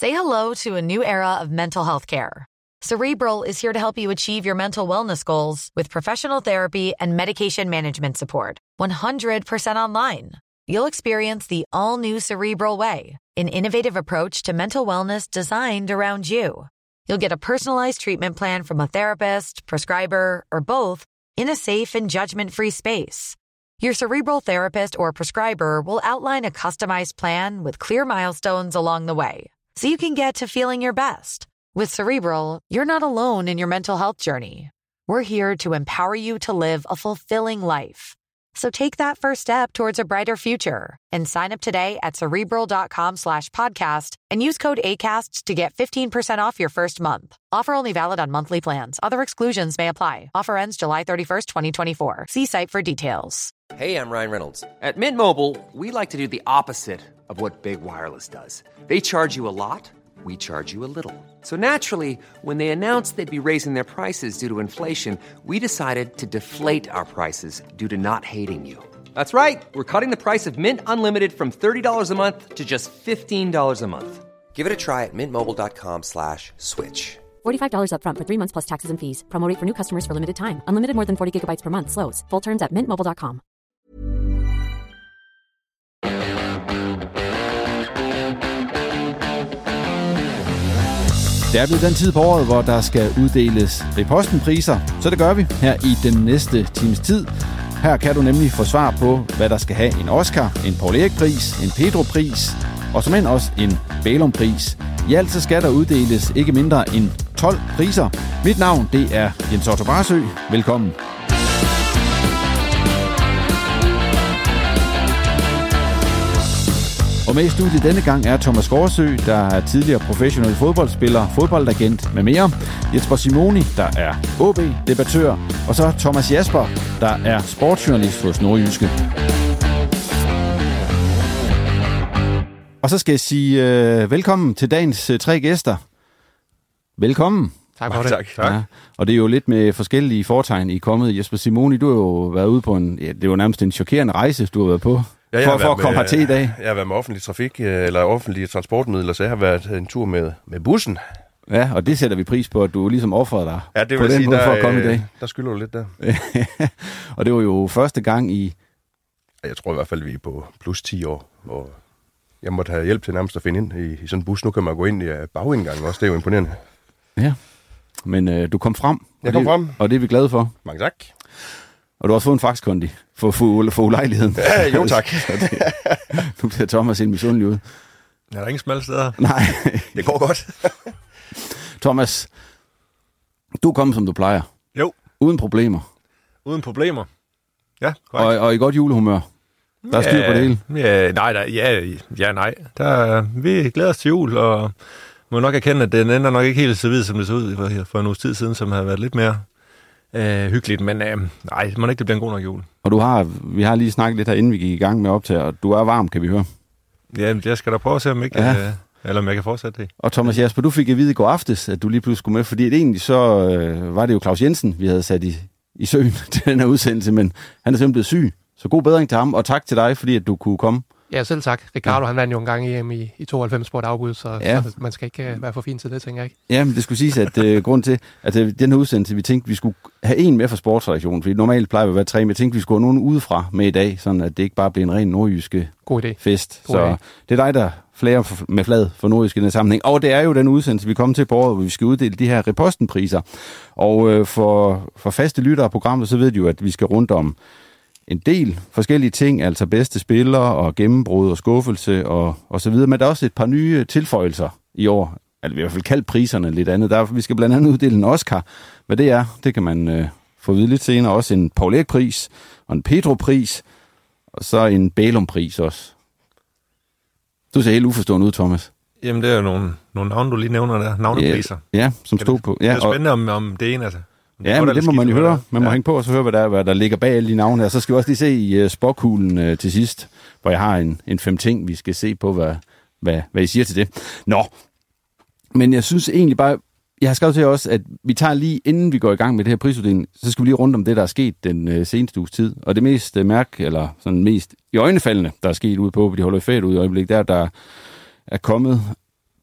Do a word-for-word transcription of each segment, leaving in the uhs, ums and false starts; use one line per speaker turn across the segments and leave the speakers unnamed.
Say hello to a new era of mental health care. Cerebral is here to help you achieve your mental wellness goals with professional therapy and medication management support. one hundred percent online. You'll experience the all-new Cerebral Way, an innovative approach to mental wellness designed around you. You'll get a personalized treatment plan from a therapist, prescriber, or both in a safe and judgment-free space. Your Cerebral therapist or prescriber will outline a customized plan with clear milestones along the way, so you can get to feeling your best. With Cerebral, you're not alone in your mental health journey. We're here to empower you to live a fulfilling life. So take that first step towards a brighter future and sign up today at Cerebral.com slash podcast and use code ACAST to get fifteen percent off your first month. Offer only valid on monthly plans. Other exclusions may apply. Offer ends July thirty-first, twenty twenty-four. See site for details.
Hey, I'm Ryan Reynolds. At Mint Mobile, we like to do the opposite of what Big Wireless does. They charge you a lot. We charge you a little. So naturally, when they announced they'd be raising their prices due to inflation, we decided to deflate our prices due to not hating you. That's right. We're cutting the price of Mint Unlimited from thirty dollars a month to just fifteen dollars a month. Give it a try at mintmobile.com slash switch.
forty-five dollars up front for three months plus taxes and fees. Promo rate for new customers for limited time. Unlimited more than forty gigabytes per month. Slows full terms at mint mobile dot com.
Det er blevet den tid på året, hvor der skal uddeles Riposten-priser, så det gør vi her i den næste times tid. Her kan du nemlig få svar på, hvad der skal have en Oscar, en Poul Erik-pris, en Pedro-pris og som end også en Bælum-pris. I alt så skal der uddeles ikke mindre end tolv priser. Mit navn, det er Jens Otto Barsø. Velkommen. Og med i studiet denne gang er Thomas Gårdsø, der er tidligere professionel fodboldspiller, fodboldagent med mere. Jesper Simoni, der er O B-debattør. Og så Thomas Jasper, der er sportsjournalist hos Nordjyske. Og så skal jeg sige øh, velkommen til dagens øh, tre gæster. Velkommen.
Tak for det. Tak.
Ja, og det er jo lidt med forskellige fortegn, I er kommet. Jesper Simoni, du har jo været ude på en, ja, det var nærmest en chokerende rejse, du har været på. Ja, for, for at komme hertil i dag.
Jeg har været med offentlig trafik, eller offentlige transportmidler, så jeg har været en tur med, med bussen.
Ja, og det sætter vi pris på, at du ligesom offrede dig
ja, det
på den
sige,
måde
der,
for at komme i dag.
Der skylder du lidt der.
Og det var jo første gang i...
Jeg tror i hvert fald, vi er på plus ti år, hvor jeg måtte have hjælp til nærmest at finde ind i, i sådan en bus. Nu kan man gå ind i bagindgangen også, det er jo imponerende.
Ja, men øh, du kom frem.
Jeg kom
det,
frem.
Og det er vi glade for.
Mange tak.
Og du har også fået en faxkondi for, for, for ulejligheden.
Ja, jo tak.
det, nu bliver Thomas en misundelig ud.
Er der ingen smalle steder?
Nej.
Det går godt.
Thomas, du er kommet, som du plejer.
Jo.
Uden problemer.
Uden problemer. Ja,
og, og i godt julehumør. Der er styr
ja,
på det hele.
Ja, nej, der, ja, ja, nej. Der, vi glæder os til jul, og må nok erkende, at den ender nok ikke helt så vidt, som det så ud for, for en uges tid siden, som har været lidt mere øh, hyggeligt. Men øh, nej, det må ikke det blive en god nok jul.
Og du har, vi har lige snakket lidt her, inden vi gik i gang med optag, og du er varm, kan vi høre.
Ja, jeg skal da prøve at se, om ikke, ja. øh, eller om jeg kan fortsætte det.
Og Thomas Jasper, du fik at vide i går aftes, at du lige pludselig skulle med, fordi det egentlig så øh, var det jo Claus Jensen, vi havde sat i, i søen til den her udsendelse, men han er simpelthen blevet syg. Så god bedring til ham, og tak til dig, fordi at du kunne komme.
Ja, selv tak. Ricardo, ja. Han vandt jo en gang i E M i, i tooghalvfems på et afbud, så,
ja.
så man skal ikke uh, være for fin til det, tænker jeg ikke.
Ja, men det skulle siges, at uh, grund til, at uh, den her udsendelse, vi tænkte, vi skulle have en med fra sportsredaktionen, fordi normalt plejer vi at være tre, men jeg tænkte, vi skulle have nogen udefra med i dag, sådan at det ikke bare bliver en ren nordjyske
God idé.
fest.
God
så
idé.
Det er dig, der flager med flad for nordjyske i den sammenhæng. Og det er jo den udsendelse, vi kommer til på året, hvor vi skal uddele de her Riposten-priser. Og uh, for, for faste lyttere af programmet, så ved de jo, at vi skal rundt om en del forskellige ting, altså bedste spillere og gennembrud og skuffelse og, og så videre. Men der er også et par nye tilføjelser i år. Altså vi har i hvert fald kaldt priserne lidt andet. Der, vi skal blandt andet uddele en Oscar. Hvad det er, det kan man øh, få at vide lidt senere. Også en Poul Erik-pris og en Pedro-pris og så en Bælum-pris også. Du ser helt uforstående ud, Thomas.
Jamen det er jo nogle, nogle navne, du lige nævner der. Navnepriser.
Ja, ja som stod på. Ja,
det er spændende om, om det ene, altså. Det
ja, men det må man jo høre. Man må
ja.
hænge på og så høre, hvad der, hvad der ligger bag alle de navne her. Så skal vi også lige se i uh, spåkuglen uh, til sidst, hvor jeg har en, en fem ting, vi skal se på, hvad, hvad, hvad I siger til det. Nå, men jeg synes egentlig bare, jeg har skrevet til også, at vi tager lige, inden vi går i gang med det her prisuddeling, så skal vi lige rundt om det, der er sket den uh, seneste uges tid. Og det mest uh, mærk, eller sådan mest i øjnefaldende, der er sket ude på, hvor de holder i ferie ude i øjeblikket, der der er kommet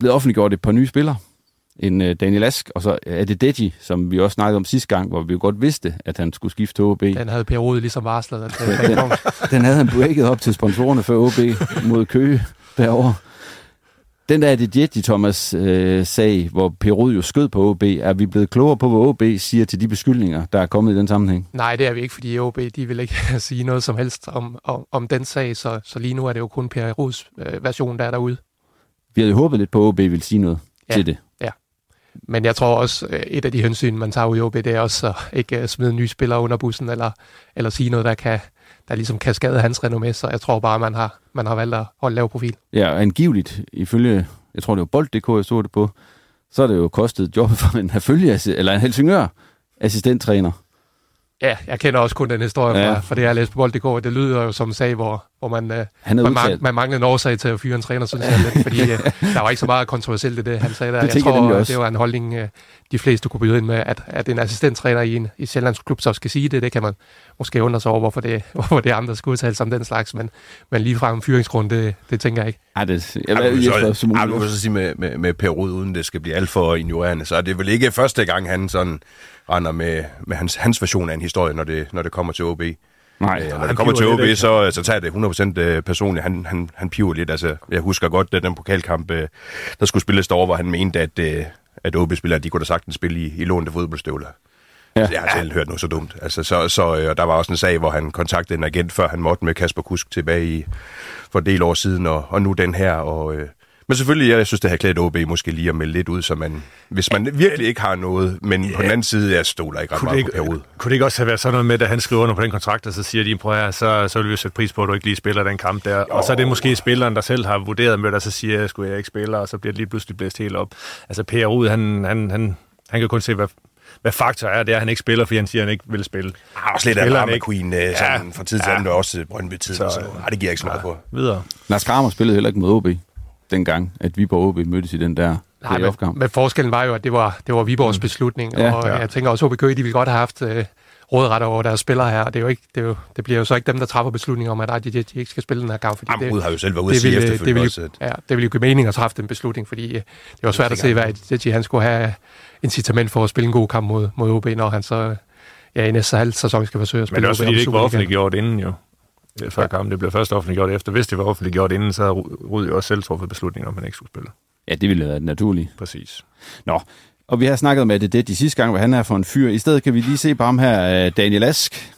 blevet offentliggjort et par nye spillere. En uh, Daniel Ask, og så er det Deji, som vi også snakkede om sidste gang, hvor vi jo godt vidste, at han skulle skifte til O B.
Den havde Per Rode ligesom varslet. At den,
den, den, den havde han breaket op til sponsorerne for O B mod Køge derovre. Den der er det Deji, Thomas, øh, sag, hvor Per Rode jo skød på O B. Er vi blevet klogere på, hvad O B siger til de beskyldninger, der er kommet i den sammenhæng?
Nej, det er vi ikke, fordi O B de vil ikke sige noget som helst om, om, om den sag, så, så lige nu er det jo kun Per Rodes øh, version, der er derude.
Vi havde jo håbet lidt på, at O B ville sige noget
ja,
til det.
Ja, men jeg tror også, et af de hensyn, man tager ud i O B, det er også at ikke smide nye spillere under bussen, eller, eller sige noget, der kan, der ligesom kan skade hans renommé, så jeg tror bare, man har, man har valgt at holde lav profil.
Ja, og angiveligt, ifølge, jeg tror det var Bold punktum d k, jeg så det på, så er det jo kostet jobbet for en Herfølge, eller en Helsingør assistenttræner.
Ja, jeg kender også kun den historie fra,
ja.
fra det, jeg læste på Bold punktum d k. Det lyder jo som en sag, hvor, hvor man, øh, man, mang, man manglede en årsag til at fyre en træner, synes jeg lidt, fordi øh, der var ikke så meget kontroversielt i det, han sagde der.
Det
jeg tror,
jeg
det var en holdning, øh, de fleste kunne byde ind med, at, at en assistenttræner i en i Sjællands klub så skal sige det. Det kan man måske undre sig over, hvorfor det, hvorfor det andre skulle udtale sig om den slags, men, men lige fra en fyringsgrund, det, det tænker jeg ikke.
Ej, det, jeg,
jeg,
jeg,
jeg,
jeg, så,
jeg vil så sige med, med, med Per Rode, uden det skal blive alt for ignorerende, så er det vel ikke første gang, han sådan render med, med hans, hans version af en historie, når det, når det kommer til O B.
Nej,
øh, når det kommer til O B, så, så tager det hundrede procent personligt. Han, han, han piver lidt. Altså, jeg husker godt, at den pokalkamp, der skulle spilles derovre, hvor han mente, at, at O B-spillere, de kunne da sagtens spille i, i lånte fodboldstøvler. Ja. Så jeg har selv hørt noget så dumt. Altså, så, så, og der var også en sag, hvor han kontaktede en agent, før han måtte med Kasper Kusk tilbage i, for en del år siden, og, og nu den her. Og, øh, men selvfølgelig, jeg synes, det har klædt O B måske lige at melde lidt ud, så man, hvis man virkelig ikke har noget, men ja. På den anden side, jeg stoler ikke ret meget på Per Rode.
Kunne det ikke også have været sådan noget med, at han skriver under på den kontrakt, og så siger de, prøv her, så, så vil vi sætte pris på, at du ikke lige spiller den kamp der. Jo. Og så er det måske spilleren, der selv har vurderet med dig, så siger jeg, skulle jeg ikke spille, og så bliver det lige pludselig blæst helt op. Altså Per Rode, han, han, han, han kan kun se, hvad Hvad faktor er, det er, at han ikke spiller, fordi han siger, at han ikke vil spille.
Ah, også lidt af Drama Queen, sådan ja, fra tid til anden, og også Brøndby-tid. Så, så ah, det giver ikke så meget ja, på.
Videre.
Lars Kramer spillede heller ikke mod O B dengang, at Viborg O B mødtes i den der playoff-kamp.
Men, men forskellen var jo, at det var, det var Viborgs mm. beslutning, ja, og ja. jeg tænker også, at O B Køge, de ville godt have haft øh, rådret over deres spillere her, og det, er jo ikke, det, er jo, det bliver jo så ikke dem, der træffer beslutninger om, at ej, de, de ikke skal spille den her kamp. Fordi
Jamen,
det,
har jo selv været ude at sige efterfølgende
det vil,
også.
Ja, det ville jo give mening at træffe den beslutning, fordi øh, det var svært at se, hvad han skulle have incitament for at spille en god kamp mod, mod O B, når han så ja, i næste halv sæson skal forsøge at spille.
Men det er også, fordi det ikke var offentliggjort inden jo. Før kampen, det blev først offentliggjort efter. Hvis det var offentliggjort inden, så havde Rud jo også selv truffet beslutningen om, han ikke skulle spille.
Ja, det ville have været naturligt.
Præcis.
Nå, og vi har snakket med det, det de sidste gang, hvad han er for en fyr. I stedet kan vi lige se på ham her, Daniel Ask,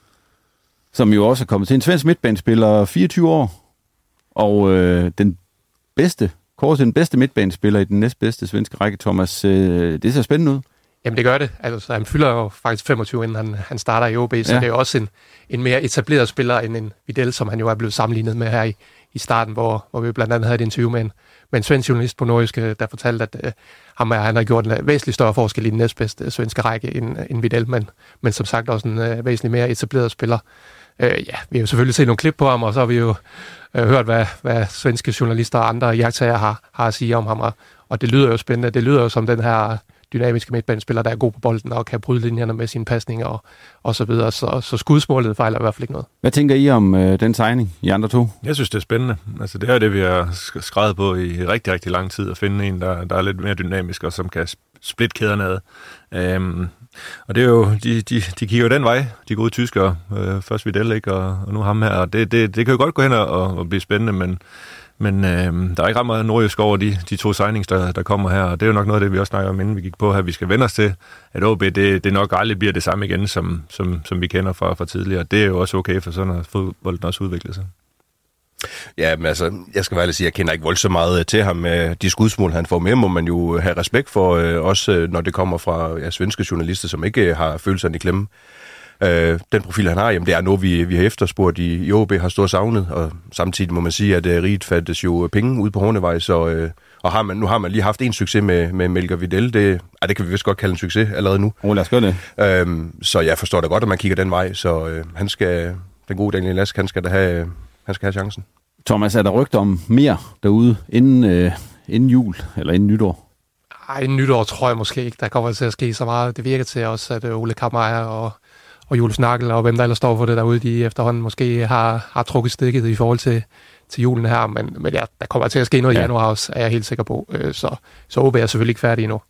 som jo også er kommet til en svensk midtbanespiller, fireogtyve år, og øh, den bedste, kort den bedste midtbanespiller i den næstbedste svenske række, Thomas. Øh, det ser spændende ud.
Jamen det gør det. Altså, han fylder jo faktisk femogtyve, inden han, han starter i O B, så ja. Det er jo også en, en mere etableret spiller end en Vidal, som han jo er blevet sammenlignet med her i, i starten, hvor, hvor vi blandt andet havde et interview med en, med en svensk journalist på Nordisk, der fortalte, at øh, ham, han har gjort en væsentlig større forskel i den næstbedste svenske række end, end Vidal, men, men som sagt også en øh, væsentlig mere etableret spiller. Øh, ja, vi har jo selvfølgelig set nogle klip på ham, og så har vi jo øh, hørt, hvad, hvad svenske journalister og andre jagttager har, har at sige om ham, og, og det lyder jo spændende. Det lyder jo som den her dynamiske midtbanespiller, der er god på bolden og kan bryde linjerne med sine pasninger og, og så videre. Så, så skudsmålet fejler i hvert fald ikke noget.
Hvad tænker I om øh, den signing, I andre to?
Jeg synes, det er spændende. Altså, det er det, vi har skrevet på i rigtig, rigtig lang tid, at finde en, der, der er lidt mere dynamisk og som kan splitte kæderne ad. Øhm, og det er jo, de, de, de kigger jo den vej, de gode tyskere. Øh, først Vidal, ikke, og, og nu ham her. Og det, det, det kan jo godt gå hen og, og blive spændende, men Men øh, der er ikke ret meget nordjysk over de, de to signings, der, der kommer her, og det er jo nok noget af det, vi også snakker om, inden vi gik på her. Vi skal vende os til, at O B, det, det nok aldrig bliver det samme igen, som, som, som vi kender fra, fra tidligere. Det er jo også okay, for sådan at fodbolden også udvikler sig.
Ja, men altså, jeg skal være ærlig at sige, jeg kender ikke voldsomt meget til ham. De skudsmål, han får med, må man jo have respekt for, også når det kommer fra ja, svenske journalister, som ikke har følelserne i klemme. Øh, den profil, han har, jamen, det er noget, vi, vi har efterspurgt i, i O B, har stået savnet, og samtidig må man sige, at uh, riget fattes jo penge ude på Hornevej, så uh, og har man, nu har man lige haft en succes med, med Melker Vidal, det, ej, det kan vi vist godt kalde en succes allerede nu.
Oh, lad os gøre det.
Øh, så jeg forstår da godt, at man kigger den vej, så uh, han skal, den gode Daniel Ask, han skal da have, han skal have chancen.
Thomas, er der rygter om mere derude inden, øh, inden jul, eller inden nytår?
Ej, inden nytår tror jeg måske ikke, der kommer til at ske så meget. Det virker til også, at Ole Kammerer og og Jules Nagel og hvem der ellers står for det derude, de efterhånden måske har, har trukket stikket i forhold til, til julen her, men, men ja, der kommer til at ske noget ja. i januar også, er jeg helt sikker på. Øh, så, så O B er selvfølgelig ikke færdig endnu.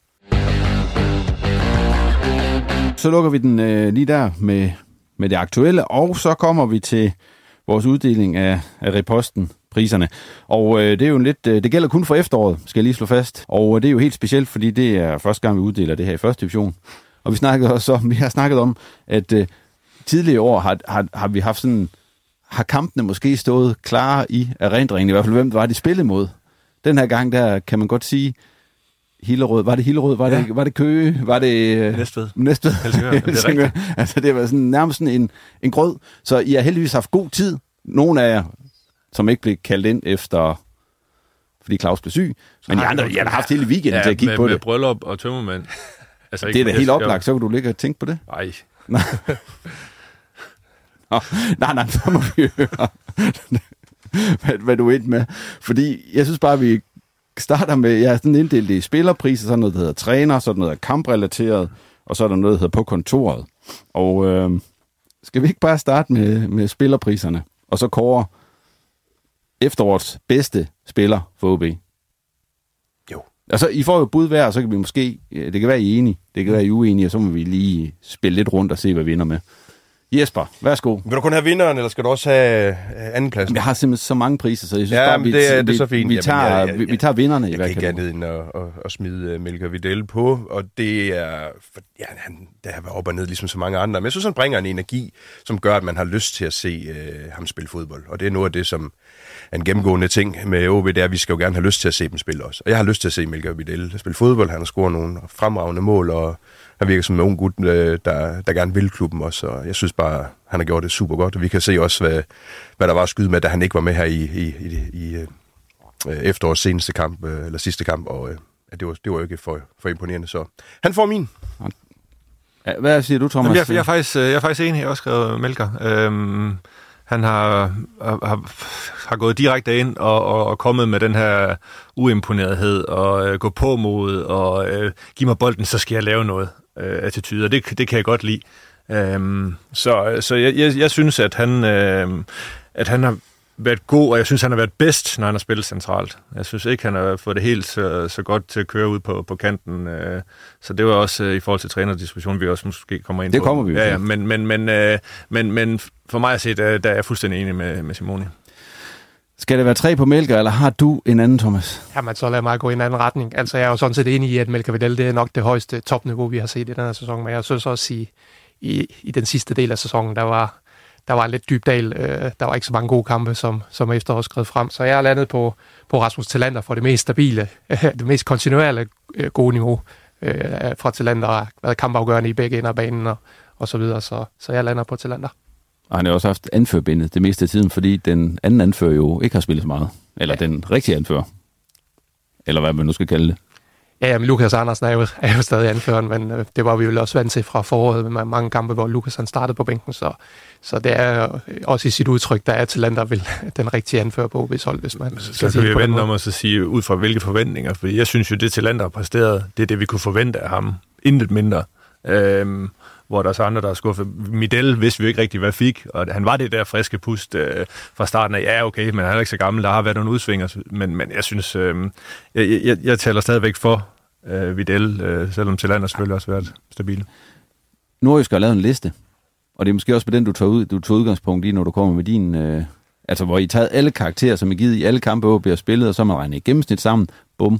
Så lukker vi den øh, lige der med, med det aktuelle, og så kommer vi til vores uddeling af, af reposten, priserne. Og øh, det er jo en lidt, øh, det gælder kun for efteråret, skal jeg lige slå fast. Og øh, det er jo helt specielt, fordi det er første gang, vi uddeler det her i første division. Og vi snakkede også om, vi har snakket om, at øh, tidligere år har, har, har vi haft sådan, har kampene måske stået klare i erindringen, i hvert fald hvem var de spillet mod. Den her gang, der kan man godt sige, Hillerød, var det Hillerød, var, ja. det, var det Køge, var det... Øh,
Næstved.
Næstved.
Helsingør, det er rigtigt.
Altså det var sådan, nærmest sådan en, en grød. Så I har heldigvis haft god tid. Nogle af jer, som ikke blev kaldt ind efter, fordi Claus blev syg. Men I andre, jeg har haft hele weekenden ja, til at kigge
med,
på
med
det.
Med bryllup og tømmermand. Altså,
det er da helt oplagt, så kan du ligge og tænke på det.
Nej.
Nå, nej, nej, så må vi høre, hvad, hvad du er ind med. Fordi jeg synes bare, vi starter med, jeg har sådan inddelt det i spillerpriser, så er noget, der hedder træner, så er der noget, der er kamprelateret, og så er der noget, der hedder på kontoret. Og øh, skal vi ikke bare starte med, med spillerpriserne, og så kåre efterårets bedste spiller for O B?
Jo.
Altså, I får jo bud hver, og så kan vi måske, det kan være I er enige, det kan være I er uenige, og så må vi lige spille lidt rundt og se, hvad vi vinder med. Jesper, værsgo.
Vil du kun have vinderen, eller skal du også have andenpladsen?
Jeg har simpelthen så mange priser, så jeg synes
ja,
bare, vi,
det er,
vi,
det er så fint.
vi, tager,
Jamen, jeg, jeg,
vi, vi tager vinderne
jeg
i hver
kan ikke
kategori.
andet end at, at, at smide Melker Vidal på, og det er, for, ja, han, der har været op og ned, ligesom så mange andre, men jeg synes, han bringer en energi, som gør, at man har lyst til at se øh, ham spille fodbold, og det er noget af det, som er en gennemgående ting med O B, det er, at vi skal jo gerne have lyst til at se dem spille også. Og jeg har lyst til at se Melker Vidal spille fodbold, han har scoret nogle fremragende mål, og han virker som en ung gut, der, der gerne vil klubben også, og jeg synes bare, han har gjort det super godt, og vi kan se også, hvad, hvad der var at skyde med, da han ikke var med her i, i, i, i øh, efterårets seneste kamp, øh, eller sidste kamp, og øh, det, var, det var jo ikke for, for imponerende, så han får min.
Ja, hvad siger du, Thomas?
Jamen, jeg, jeg, er faktisk, jeg er faktisk enig, jeg har også skrevet Melker. Øhm, han har, har, har gået direkte ind og, og, og kommet med den her uimponerethed, og øh, gå på mod, og øh, give mig bolden, så skal jeg lave noget øh, attitude, og det, det kan jeg godt lide. Øhm, så så jeg, jeg, jeg synes, at han, øh, at han har været god, og jeg synes, han har været bedst, når han har spillet centralt. Jeg synes ikke, han har fået det helt så, så godt til at køre ud på, på kanten. Øh, så det var også øh, i forhold til trænerdiskussionen, vi også måske kommer ind
det
på.
Det kommer vi jo.
Ja, ja, men, men, men, øh, men, men for mig at se, der, der er jeg fuldstændig enig med, med Simone.
Skal det være tre på Melker, eller har du en anden, Thomas?
Jamen, så lad mig gå i en anden retning. Altså, jeg er jo sådan set enig i, at Melker Vidal, det er nok det højeste topniveau, vi har set i den her sæson, men jeg synes også, i, i, i den sidste del af sæsonen, der var, der var en lidt dyb dal. Øh, der var ikke så mange gode kampe, som, som efteråret skrev frem, så jeg er landet på, på Rasmus Thelander for det mest stabile, det mest kontinuerlige øh, gode niveau øh, fra Thelander, har været kampafgørende i begge ender af banen og, og så videre, så, så jeg lander på Thelander.
Og han har også haft anførbindet det meste af tiden, fordi den anden anfører jo ikke har spillet så meget. Eller ja. Den rigtige anfører. Eller hvad man nu skal kalde det.
Ja, men Lukas Andersen er jo, er jo stadig anføreren, men øh, det var vi vel også vant til fra foråret med mange kampe, hvor Lukas han startede på bænken, så, så det er også i sit udtryk, der er Thelander vel den rigtige anfører på O B's hold, hvis man
så kan vi vente om at så sige ud fra hvilke forventninger, for jeg synes jo, det Thelander har præsteret, det er det, vi kunne forvente af ham. Intet mindre. Øhm, hvor der er så andre, der er skuffet. Midel vidste vi ikke rigtig, hvad fik, og han var det der friske pust øh, fra starten af. Ja, okay, men han er ikke så gammel, der har været nogle udsvinger, men, men jeg synes, øh, jeg, jeg, jeg taler stadigvæk for øh, Vidal, øh, selvom Thelander selvfølgelig også har været stabil.
Nordjysk har lavet en liste, og det er måske også på den, du tager, ud, du tager udgangspunkt i, når du kommer med din... Øh, altså, hvor I taget alle karakterer, som er givet i alle kampe, hvor bliver spillet, og så man regner i gennemsnit sammen, bum,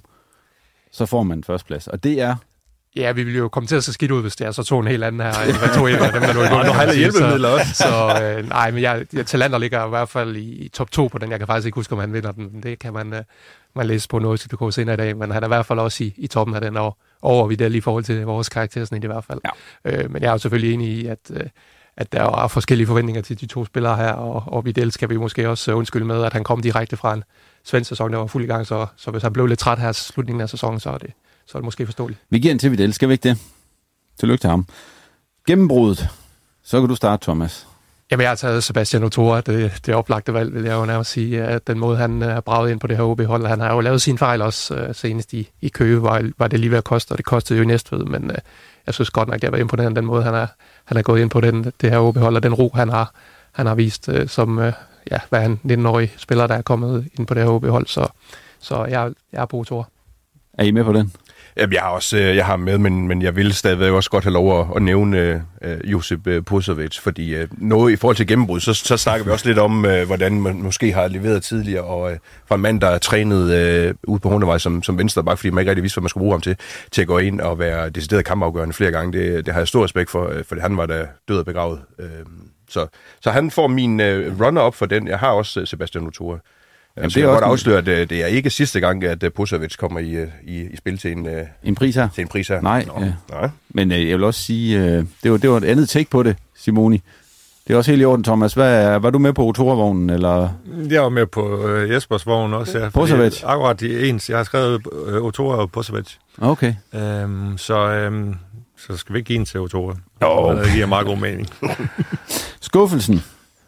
så får man en førsteplads. Og det er...
Ja, vi ville jo komme til at se skidt ud, hvis det er så tog en helt anden her, end hvad tog en af dem, der lå i
nu har jeg hjælpemidler også.
Så øh, nej, men jeg, jeg, Thelander ligger i hvert fald i, i top to på den. Jeg kan faktisk ikke huske, om han vinder den. Det kan man, uh, man læse på noget, du kan senere i dag. Men han er i hvert fald også i, i toppen af den, og over vi der i forhold til vores karaktersnit i hvert fald. Ja. Øh, men jeg er jo selvfølgelig enig i, at, uh, at der er forskellige forventninger til de to spillere her, og, og Vidal skal vi måske også undskylde med, at han kom direkte fra en svensk sæson, der var fuld i gang. Så, så hvis han blev lidt træt her i slutningen af sæsonen, så er det så er det måske forståeligt.
Vi giver en til Vidal, skal vi ikke det? Tillykke til ham. Gennembruddet. Så kan du starte, Thomas.
Jamen, jeg har taget Sebastian Otora. Det, det oplagte valg, vil jeg jo nærmest sige. At den måde, han har braget ind på det her O B-hold, han har jo lavet sine fejl også uh, senest i, i Køge, var, var det lige ved at koste, og det kostede jo i Næstved, men uh, jeg synes godt nok, det har været imponerende, den måde, han er, han er gået ind på den, det her O B-hold, og den ro, han har, han har vist øh, som øh, ja, hvad er han, nitten-årig spiller, der er kommet ind på det her O B-hold. Så, så jeg, jeg er på Ochoa.
Er I med på den?
Jamen, jeg har også jeg har med, men, men jeg vil stadigvæk også godt have lov at, at nævne uh, Josip uh, Pusovic, fordi uh, noget i forhold til gennembrud, så, så snakker vi også lidt om, uh, hvordan man måske har leveret tidligere, og uh, fra en mand, der er trænet uh, ude på Hundevej som, som venstreback, fordi man ikke rigtig vidste, hvad man skulle bruge ham til, til at gå ind og være decideret kampafgørende flere gange. Det, det har jeg stor respekt for, uh, fordi han var da død og begravet. Uh, så, så han får min uh, runner-up for den. Jeg har også uh, Sebastian Ochoa. Jamen, så det er jeg godt afsløre, at det er ikke sidste gang, at Pusovic kommer i, i, i spil til en,
en pris her.
Til en pris her.
Nej,
Nå,
øh.
nej.
Men øh, jeg vil også sige, øh, det, var, det var et andet take på det, Simoni. Det er også helt i orden, Thomas. Hvad er, var du med på Ochoa-vognen, eller?
Jeg var med på øh, Jespers vogn også, ja.
Pusovic?
Akkurat i ens. Jeg har skrevet øh, Ochoa og Pusovic.
Okay.
Øhm, så, øhm, så skal vi ikke give en til Ochoa.
Oh.
Det giver meget god mening.
Skuffelsen.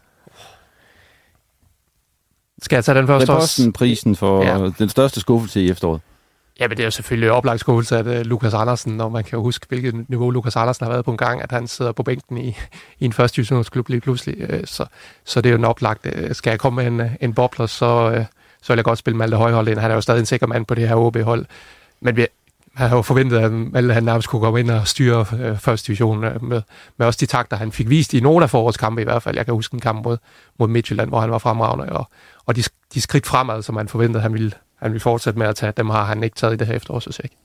Skal jeg tage den først også?
Prisen for ja. Den største skuffelse i efteråret.
Ja, men det er jo selvfølgelig oplagt skuffelse af uh, Lukas Andersen, og man kan jo huske, hvilket niveau Lukas Andersen har været på en gang, at han sidder på bænken i, i en første divisionsklub lige pludselig. Uh, så, så det er jo en oplagt. Uh, skal jeg komme med en, en bobler, så, uh, så vil jeg godt spille Malte Højhold ind. Han er jo stadig en sikker mand på det her O B-hold. Men vi, han har jo forventet, at Malte han nærmest kunne komme ind og styre uh, første division uh, med, med også de takter, han fik vist i nogle af forårets kampe i hvert fald. Jeg kan huske en kamp mod, mod Midtjylland, hvor han var fremragende, og, og de, de skridt fremad, som han forventede, han ville han vil fortsætte med at tage. Dem har han ikke taget i det her efterår, så ikke.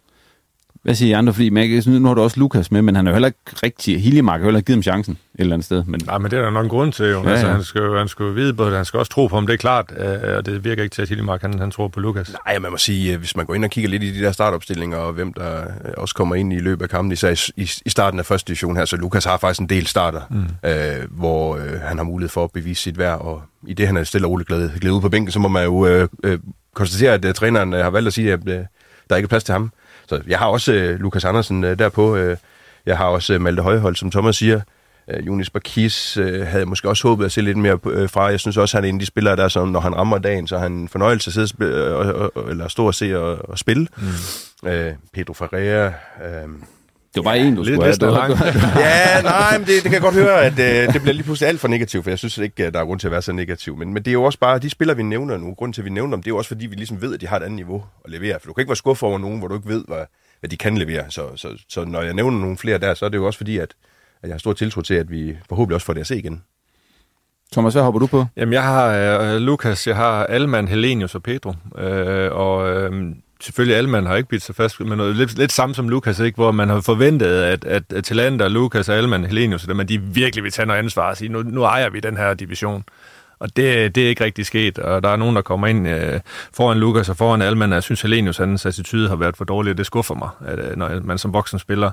Hvad siger I andre? Fordi man, nu har du også Lukas med, men han er jo heller ikke rigtig... Hiljemark har heller ikke givet ham chancen et eller andet sted. Men...
Nej, men det er der nok en grund til, jo. Ja, altså, ja. Han skal jo han skal vide på det, han skal også tro på ham, det er klart, og det virker ikke til, at Hiljemark han, han tror på Lukas.
Nej, man må sige, hvis man går ind og kigger lidt i de der startopstillinger, og hvem der også kommer ind i løbet af kampen, især i, i starten af første division her, så Lukas har faktisk en del starter, mm. øh, hvor øh, han har mulighed for at bevise sit værd, og i det, han er stille og roligt glædet, glædet ud på bænken, så må man jo øh, øh, konstatere, at uh, træneren uh, har valgt at sige, at uh, der ikke er plads til ham. Så jeg har også uh, Lukas Andersen uh, derpå. Uh, jeg har også uh, Malte Højhold, som Thomas siger. Uh, Jonas Bakis uh, havde måske også håbet at se lidt mere uh, fra. Jeg synes også, at han er en af de spillere, der som, når han rammer dagen, så er han en fornøjelse at sidde uh, og, og, eller stå og se og, og spille. Mm. Uh, Pedro Ferreira... Uh,
Det var bare en, du skulle have.
Ja, nej, men det, det kan jeg godt høre, at øh, det bliver lige pludselig alt for negativt, for jeg synes ikke, at der er grund til at være så negativ. Men, men det er jo også bare, de spillere, vi nævner nu, grund til, at vi nævner dem, det er jo også, fordi vi ligesom ved, at de har et andet niveau at levere. For du kan ikke være skuffet over nogen, hvor du ikke ved, hvad, hvad de kan levere. Så, så, så når jeg nævner nogle flere der, så er det jo også fordi, at, at jeg har stor tiltro til, at vi forhåbentlig også får det at se igen.
Thomas, hvad hopper du på?
Jamen, jeg har øh, Lukas, jeg har Alman, Helenius og Pedro. Øh, og... Øh, Selvfølgelig, Alman har ikke bidt sig fast, men noget lidt, lidt samme som Lukas, ikke? Hvor man har forventet, at, at, at Talander, Lukas, Alman, Helenius, dem, at de virkelig vil tage noget ansvar og sige, nu, nu ejer vi den her division. Og det, det er ikke rigtig sket, og der er nogen, der kommer ind øh, foran Lukas og foran Alman, og jeg synes, Helenius, hans attitude har været for dårlig, og det skuffer mig, at, når man som voksenspiller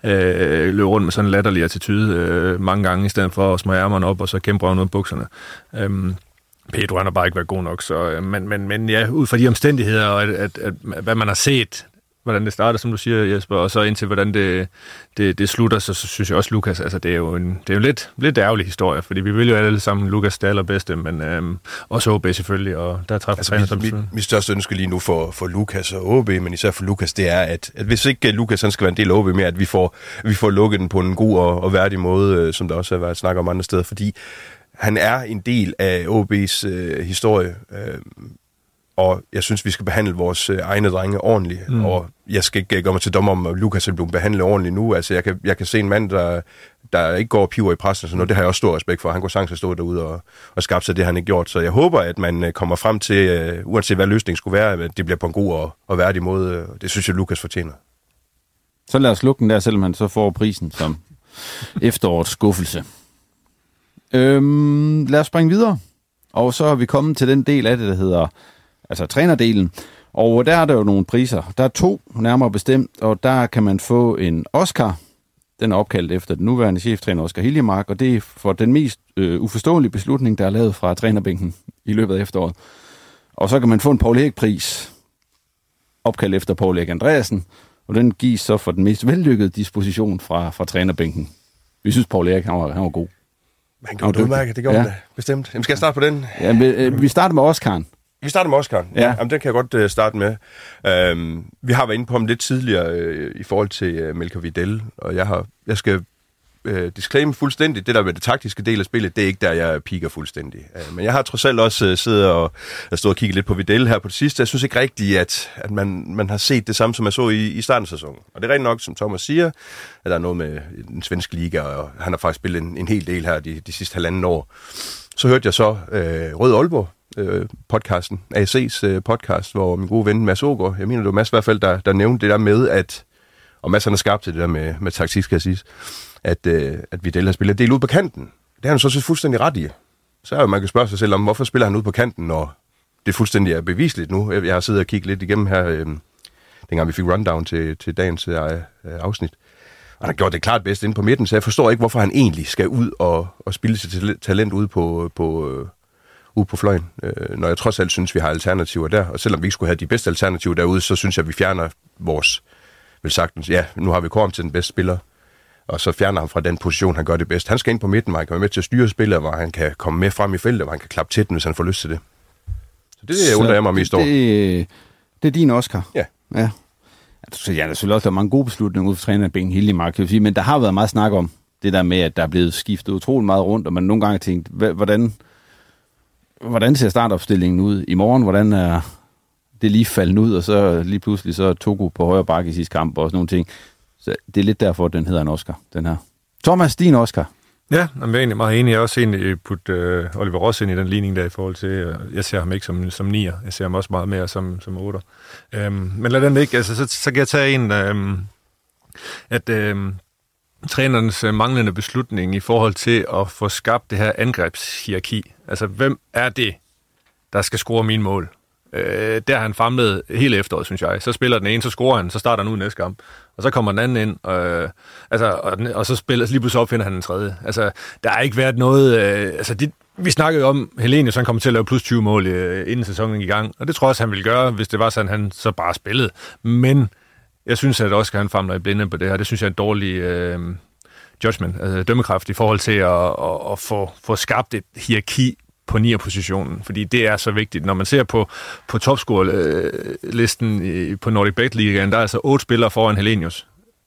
øh, løber rundt med sådan en latterlig attitude øh, mange gange, i stedet for at smøre ærmerne op og så kæmpe røven ud af bukserne. Øhm, Pedro, han har bare ikke været god nok, så, men, men, men ja, ud fra de omstændigheder, og at, at, at, hvad man har set, hvordan det starter, som du siger, Jesper, og så indtil hvordan det, det, det slutter, så, så synes jeg også, Lukas, altså det er jo en, det er jo lidt, lidt ærgerlig historie, fordi vi vil jo alle sammen Lukas det allerbedste, men øhm, også O B selvfølgelig, og der træffer
altså,
træner som
mit, mit, mit største ønske lige nu for, for Lukas og O B, men især for Lukas, det er, at, at hvis ikke Lukas han skal være en del af O B mere, at vi får, vi får lukket den på en god og, og værdig måde, som der også har været snak om andre steder, fordi han er en del af O B's øh, historie, øh, og jeg synes, vi skal behandle vores øh, egne drenge ordentligt. Mm. Og jeg skal ikke gøre mig til dommer om, at Lukas er blevet behandlet ordentligt nu. Altså, jeg kan, jeg kan se en mand, der, der ikke går og piver i pressen, så noget. Det har jeg også stor respekt for. Han går sagtens at stå derude og, og skabe sig det, han ikke gjort. Så jeg håber, at man øh, kommer frem til, øh, uanset hvad løsningen skulle være, at det bliver på en god og, og værdig måde. Det synes jeg, Lukas fortjener.
Så lad os lukke den der, selvom han så får prisen som efterårets skuffelse. Øhm, lad os springe videre. Og så er vi kommet til den del af det, der hedder altså trænerdelen. Og der er der jo nogle priser. Der er to nærmere bestemt, og der kan man få en Oscar. Den er opkaldt efter den nuværende cheftræner Oscar Hiljemark, og det er for den mest øh, uforståelige beslutning, der er lavet fra trænerbænken i løbet af efteråret. Og så kan man få en Paul Erik-pris, opkaldt efter Paul Erik Andreasen, og den gives så for den mest vellykkede disposition fra, fra trænerbænken. Vi synes, Paul Erik han var, han var god.
Han gjorde det udmærket, det gjorde ja. det bestemt. Jamen, skal jeg starte på den?
Ja, men, øh, vi starter med Oscar'en.
Vi starter med Oscar.
Ja.
Jamen, den kan jeg godt uh, starte med. Um, vi har været inde på ham lidt tidligere uh, i forhold til uh, Melker Vidal, og jeg, har, jeg skal øh, disclaimer fuldstændig. Det der med det taktiske del af spillet, det er ikke der, jeg piker fuldstændig. Øh, men jeg har trods alt også øh, siddet og, og stået og kigget lidt på Vidal her på det sidste. Jeg synes ikke rigtigt, at, at man, man har set det samme, som jeg så i, i starten af sæsonen. Og det er rent nok, som Thomas siger, at der er noget med den svenske liga, og han har faktisk spillet en, en hel del her de, de sidste halvanden år. Så hørte jeg så øh, Rød Aalborg, øh, podcasten, A C's øh, podcast, hvor min gode ven Mads Aagaard, jeg mener det var Mads i hvert fald, der, der nævnte det der med, at, og Mads han er skarpt til det der med, med taktik, skal jeg sige, at, øh, at Vidal har spillet en del ud på kanten. Det har han så set fuldstændig ret i. Så er jo, man kan spørge sig selv om, hvorfor spiller han ud på kanten, når det fuldstændig er bevisligt nu. Jeg har siddet og kigget lidt igennem her, øh, dengang vi fik rundown til, til dagens øh, afsnit. Og han har gjort det klart bedst inde på midten, så jeg forstår ikke, hvorfor han egentlig skal ud og, og spille sit talent ude på, på, øh, ude på fløjen. Øh, når jeg trods alt synes, vi har alternativer der. Og selvom vi ikke skulle have de bedste alternativer derude, så synes jeg, at vi fjerner vores, vel sagtens, ja, nu har vi Korm til den bedste spiller, og så fjerner han fra den position, han gør det bedst. Han skal ind på midten, hvor han kan være med til at styre spillet, hvor han kan komme med frem i feltet, hvor han kan klappe til den, hvis han får lyst til det. Så det er undrer jeg mig mest over.
Det, det er din Oscar.
Ja.
Ja. Så ja, der er selvfølgelig også mange gode beslutninger ud for trænerbænken hele i mark, kan jeg sige, men der har været meget snak om det der med, at der er blevet skiftet utroligt meget rundt, og man nogle gange har tænkt, hvordan, hvordan ser startopstillingen ud i morgen? Hvordan er det lige faldet ud, og så lige pludselig så er Togo på højre bakke i sidste kamp og sådan nogle ting. Så det er lidt derfor, den hedder en Oscar, den her. Thomas, din Oscar.
Ja, jeg er egentlig meget enig. Jeg har også egentlig puttet uh, Oliver Ross ind i den ligning der i forhold til, uh, jeg ser ham ikke som, som nier, jeg ser ham også meget mere som, som otter. Um, men lad den ikke, altså så, så kan jeg tage en, um, at um, trænerens uh, manglende beslutning i forhold til at få skabt det her angrebshierarki. Altså, hvem er det, der skal score mine mål? Uh, der har han famlet hele efteråret, synes jeg. Så spiller den ene, så scorer han, så starter han ud næste kamp. Og så kommer den anden ind, og, altså, og, og så spiller, lige pludselig opfinder han den tredje. Altså, der har ikke været noget... Øh, altså, det, vi snakkede om, Helenius, han kommer til at lave plus tyve mål øh, inden sæsonen i gang, og det tror jeg også, han ville gøre, hvis det var sådan, han så bare spillede. Men jeg synes, at også han famler i blinde på det her. Det synes jeg er en dårlig øh, judgment, altså dømmekraft i forhold til at, at, at få, få skabt et hierarki på nier-positionen, fordi det er så vigtigt. Når man ser på, på topscore-listen på Nordic Bet Ligaen, der er altså otte spillere foran Helenius.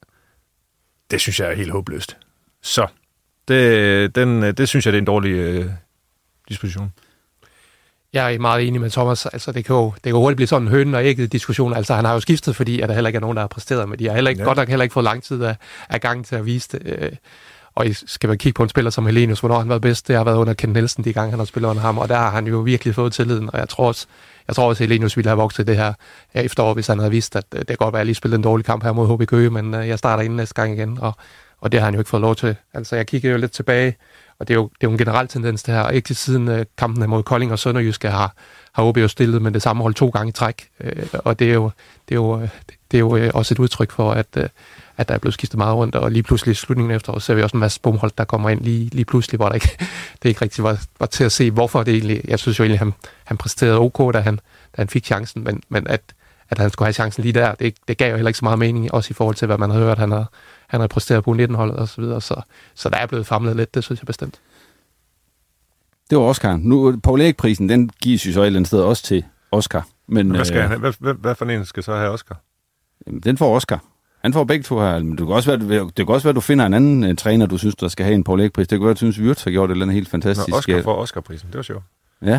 Det synes jeg er helt håbløst. Så, det, den, det synes jeg, det er en dårlig øh, disposition.
Jeg er meget enig med Thomas. Altså, det kan jo, det kan jo hurtigt blive sådan en hønen og ægget diskussion. Altså, han har jo skiftet, fordi at der heller ikke er nogen, der har præsteret, men de har heller ikke, ja. godt nok heller ikke fået lang tid af, af gang til at vise det. Og skal man kigge på en spiller som Helenius, hvornår han var bedst, det har været under Ken Nielsen, de gange han har spillet under ham, og der har han jo virkelig fået tilliden, og jeg tror også, jeg tror også Helenius ville have vokset det her efterår, hvis han havde vist, at det kan godt være, at jeg lige spillede en dårlig kamp her mod H B Køge, men jeg starter inden næste gang igen, og, og det har han jo ikke fået lov til. Altså, jeg kigger jo lidt tilbage, og det er jo, det er jo en generel tendens det her, ikke til siden kampen mod Kolding og Sønderjyske har, har O B jo stillet med det samme hold to gange i træk, og det er jo, det er jo, det er jo også et udtryk for, at at der er blevet skiftet meget rundt, og lige pludselig i slutningen efter, så ser vi også en masse bomholdt, der kommer ind lige, lige pludselig, hvor der ikke, det ikke rigtig var, var til at se, hvorfor det egentlig, jeg synes jo egentlig, han, han præsterede ok, da han, da han fik chancen, men, men at, at han skulle have chancen lige der, det, det gav jo heller ikke så meget mening, også i forhold til, hvad man havde hørt, han havde, han havde præsteret på U nitten-holdet og så videre, så, så der er blevet famlet lidt, det synes jeg bestemt.
Det var Oscar. Nu, Paul Erik-prisen, den gives jo så et eller andet sted også til Oscar. Men,
hvad, skal
øh,
han, hvad, hvad, hvad for en skal så have Oscar?
Den får Oscar. Han får begge to her. Men det kan også være, det kan også være at du finder en anden uh, træner, du synes, der skal have en Paul Erik-pris. Det kan være, at du synes, Wirtz har gjort et eller andet helt fantastisk.
Nå, Oscar får Oscar-prisen. Det var sjovt.
Ja.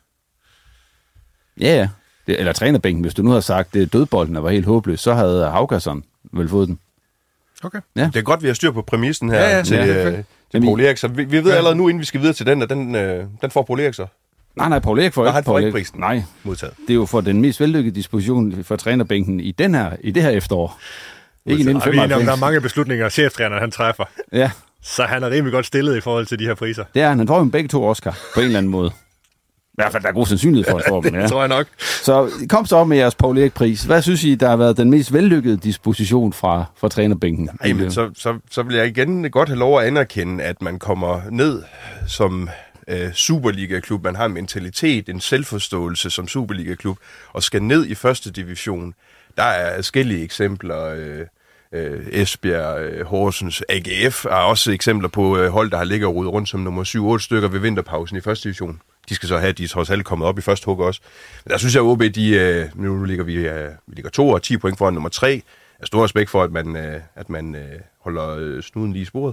Ja, ja. Det, eller trænerbænken, hvis du nu har sagt, at dødbolden var helt håbløs, så havde Haugason vel fået den.
Okay. Ja. Det er godt, vi har styr på præmissen her
ja, ja,
til,
ja,
øh, til Paul Erik. Så vi, vi ved ja. allerede nu, inden vi skal videre til den, at den, øh, den får Paul Erik så.
Nej, nej, Paul Erik får
ikke
Paul
Erik.
Nej,
modtaget.
Det er jo for den mest vellykkede disposition for trænerbænken i, den her, i det her efterår. Ikke i nitten femoghalvfems.
Der er mange beslutninger, cheftræneren han træffer.
Ja.
Så han er rimelig godt stillet i forhold til de her priser.
Det er han. Han får jo begge to Oscar på en eller anden måde. I hvert fald, der er god sandsynlighed for at få dem. Ja.
Det tror jeg nok.
Så kom så med jeres Paul Erik-pris. Hvad synes I, der har været den mest vellykkede disposition fra, fra trænerbænken?
Nej, men så, så, så vil jeg igen godt have lov at anerkende, at man kommer ned som øh, Superliga-klub. Man har en mentalitet, en selvforståelse som Superliga-klub, og skal ned i første division. Der er forskellige eksempler. Øh, øh, Esbjerg, øh, Horsens, A G F er også eksempler på øh, hold, der har ligget og rodet rundt som nummer syv otte stykker ved vinterpausen i første division. De skal så have, de er trods alt kommet op i første hug også. Men der synes jeg, at O B, de, øh, nu ligger vi, øh, vi ligger to og ti point foran nummer tre. Jeg har stor respekt for, at man, øh, at man øh, holder øh, snuden lige i sporet.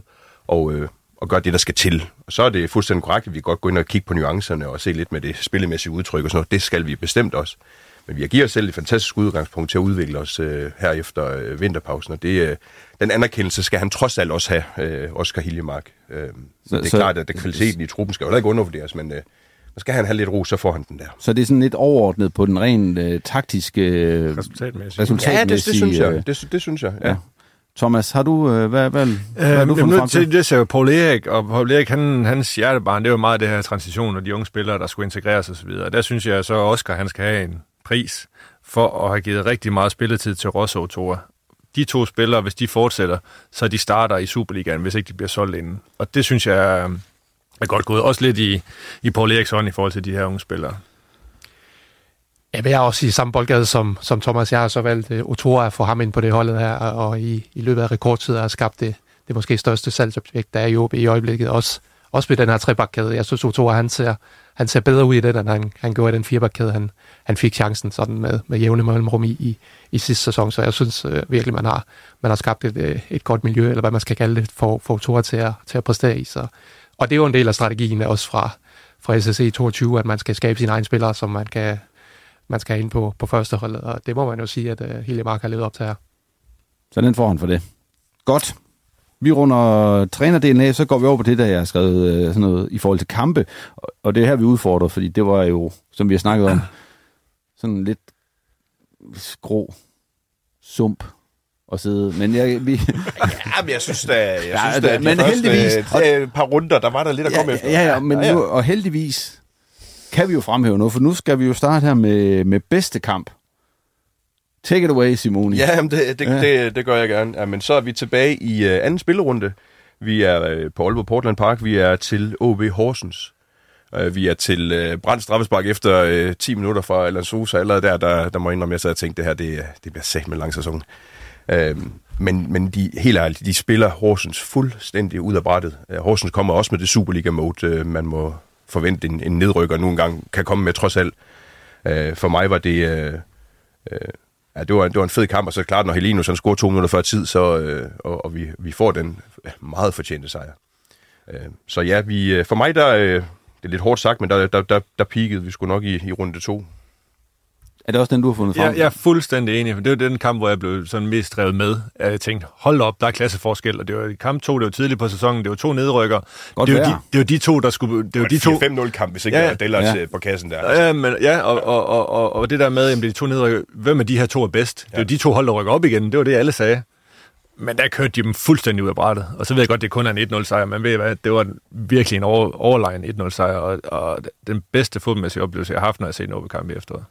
og, øh, og gøre det, der skal til. Og så er det fuldstændig korrekt, at vi godt gå ind og kigge på nuancerne og se lidt med det spillemæssige udtryk og sådan noget. Det skal vi bestemt også. Men vi giver os selv et fantastisk udgangspunkt til at udvikle os øh, her efter øh, vinterpausen, og det, øh, den anerkendelse skal han trods alt også have, øh, Oscar Hiljemark. Øh, så, det er så, klart, at det kvaliteten i truppen skal jo ikke undervurderes, men øh, skal han have lidt ro, så får han den der.
Så det er sådan lidt overordnet på den rent øh, taktiske øh,
resultatmæssige.
resultatmæssige. Ja, det, det synes jeg. Det, det synes jeg, ja. ja.
Thomas, har du, øh, hvad, hvad,
øh,
hvad har du fundet frem
til? Det ser jo Paul Erik, og Paul Erik, han, hans hjertebarn, det er jo meget det her transition, og de unge spillere, der skulle integreres osv. Der synes jeg så, at Oscar, han skal have en pris for at have givet rigtig meget spilletid til Rosso og Tora. De to spillere, hvis de fortsætter, så de starter i Superligaen, hvis ikke de bliver solgt inden. Og det synes jeg er godt gået. Også lidt i, i Paul Eriks hånd i forhold til de her unge spillere.
Jeg vil også i samme boldgade som, som Thomas. Jeg har så valgt uh, Otora at få ham ind på det holdet her, og i, i løbet af rekordtid har skabt det, det måske største salgsobjekt, der er i O B i øjeblikket. Også, også ved den her trebakkæde. Jeg synes, Otora, han ser, han ser bedre ud i den, end han, han gjorde i den firebakkæde. Han, han fik chancen sådan med, med jævne mellemrum i, i, i sidste sæson, så jeg synes uh, virkelig, man har, man har skabt et, et godt miljø, eller hvad man skal kalde det, for, for Otora til at, til at præstere i. Så. Og det er jo en del af strategien også fra, fra S S C toogtyve, at man skal skabe sine egne spillere, som man kan man skal ind på, på første holdet, og det må man jo sige, at uh, Hiljemark har levet op til her.
Så den får han for det. Godt. Vi runder trænerdelen af, så går vi over på det, der jeg har skrevet uh, sådan noget i forhold til kampe, og, og det er her, vi udfordrer, fordi det var jo, som vi har snakket om, sådan lidt skrå sump at sidde, men jeg... Vi
ja, men jeg synes da, jeg
ja,
synes da, at de
men
første
heldigvis,
tre, par runder, der var der lidt at
ja,
komme efter.
Ja, ja, men ja, ja. Nu, og heldigvis kan vi jo fremhæve noget, for nu skal vi jo starte her med, med bedste kamp. Take it away, Simone.
Ja, men det, det, ja. det, det gør jeg gerne. Ja, men så er vi tilbage i uh, anden spillerunde. Vi er uh, på Aalborg Portland Park. Vi er til O B Horsens. Uh, vi er til uh, Brandt straffespark efter uh, ti minutter fra Alan Sosa. Allerede der, der, der må jeg indrømme, jeg sad og tænkte, det her det, det bliver sagt med en lang sæson. Uh, men, men de, helt ærligt, de spiller Horsens fuldstændig ud af brættet. Uh, Horsens kommer også med det Superliga-mode, uh, man må forvente en, en nedrykker nu engang kan komme med trods alt. Uh, for mig var det... Uh, uh, Ja, det var, det var en fed kamp, og så klart, når Helinus han scorer to minutter før tid, så, øh, og, og vi, vi får den meget fortjente sejr. Øh, så ja, vi, for mig, der, øh, det er lidt hårdt sagt, men der, der, der, der peakede vi sgu nok i, i runde to.
Er det også den, du har fundet frem?
Jeg, jeg er fuldstændig enig, for det var den kamp, hvor jeg blev sådan mest drevet med. Jeg tænkte, hold op, der er klasseforskel, og det var kamp to, det var tidligt på sæsonen, det var to nedrykker. Det var, de, det var de to, der skulle... Det var de to
fem nul kamp, hvis ikke ja, der var ja. på kassen der.
Altså. Ja, men, ja og, og, og, og, og det der med, at de to nedrykker, hvem af de her to er bedst? Ja. Det var de to hold, der rykker op igen, det var det, alle sagde. Men der kørte de dem fuldstændig ud af brættet. Og så ved jeg godt, det kun er en et nul sejr, men ved I hvad, det var virkelig en over, overlegen et nul sejr, og, og den bedste fodboldmæssige oplevelse, jeg har haft, når jeg har set en O B-kamp i efteråret.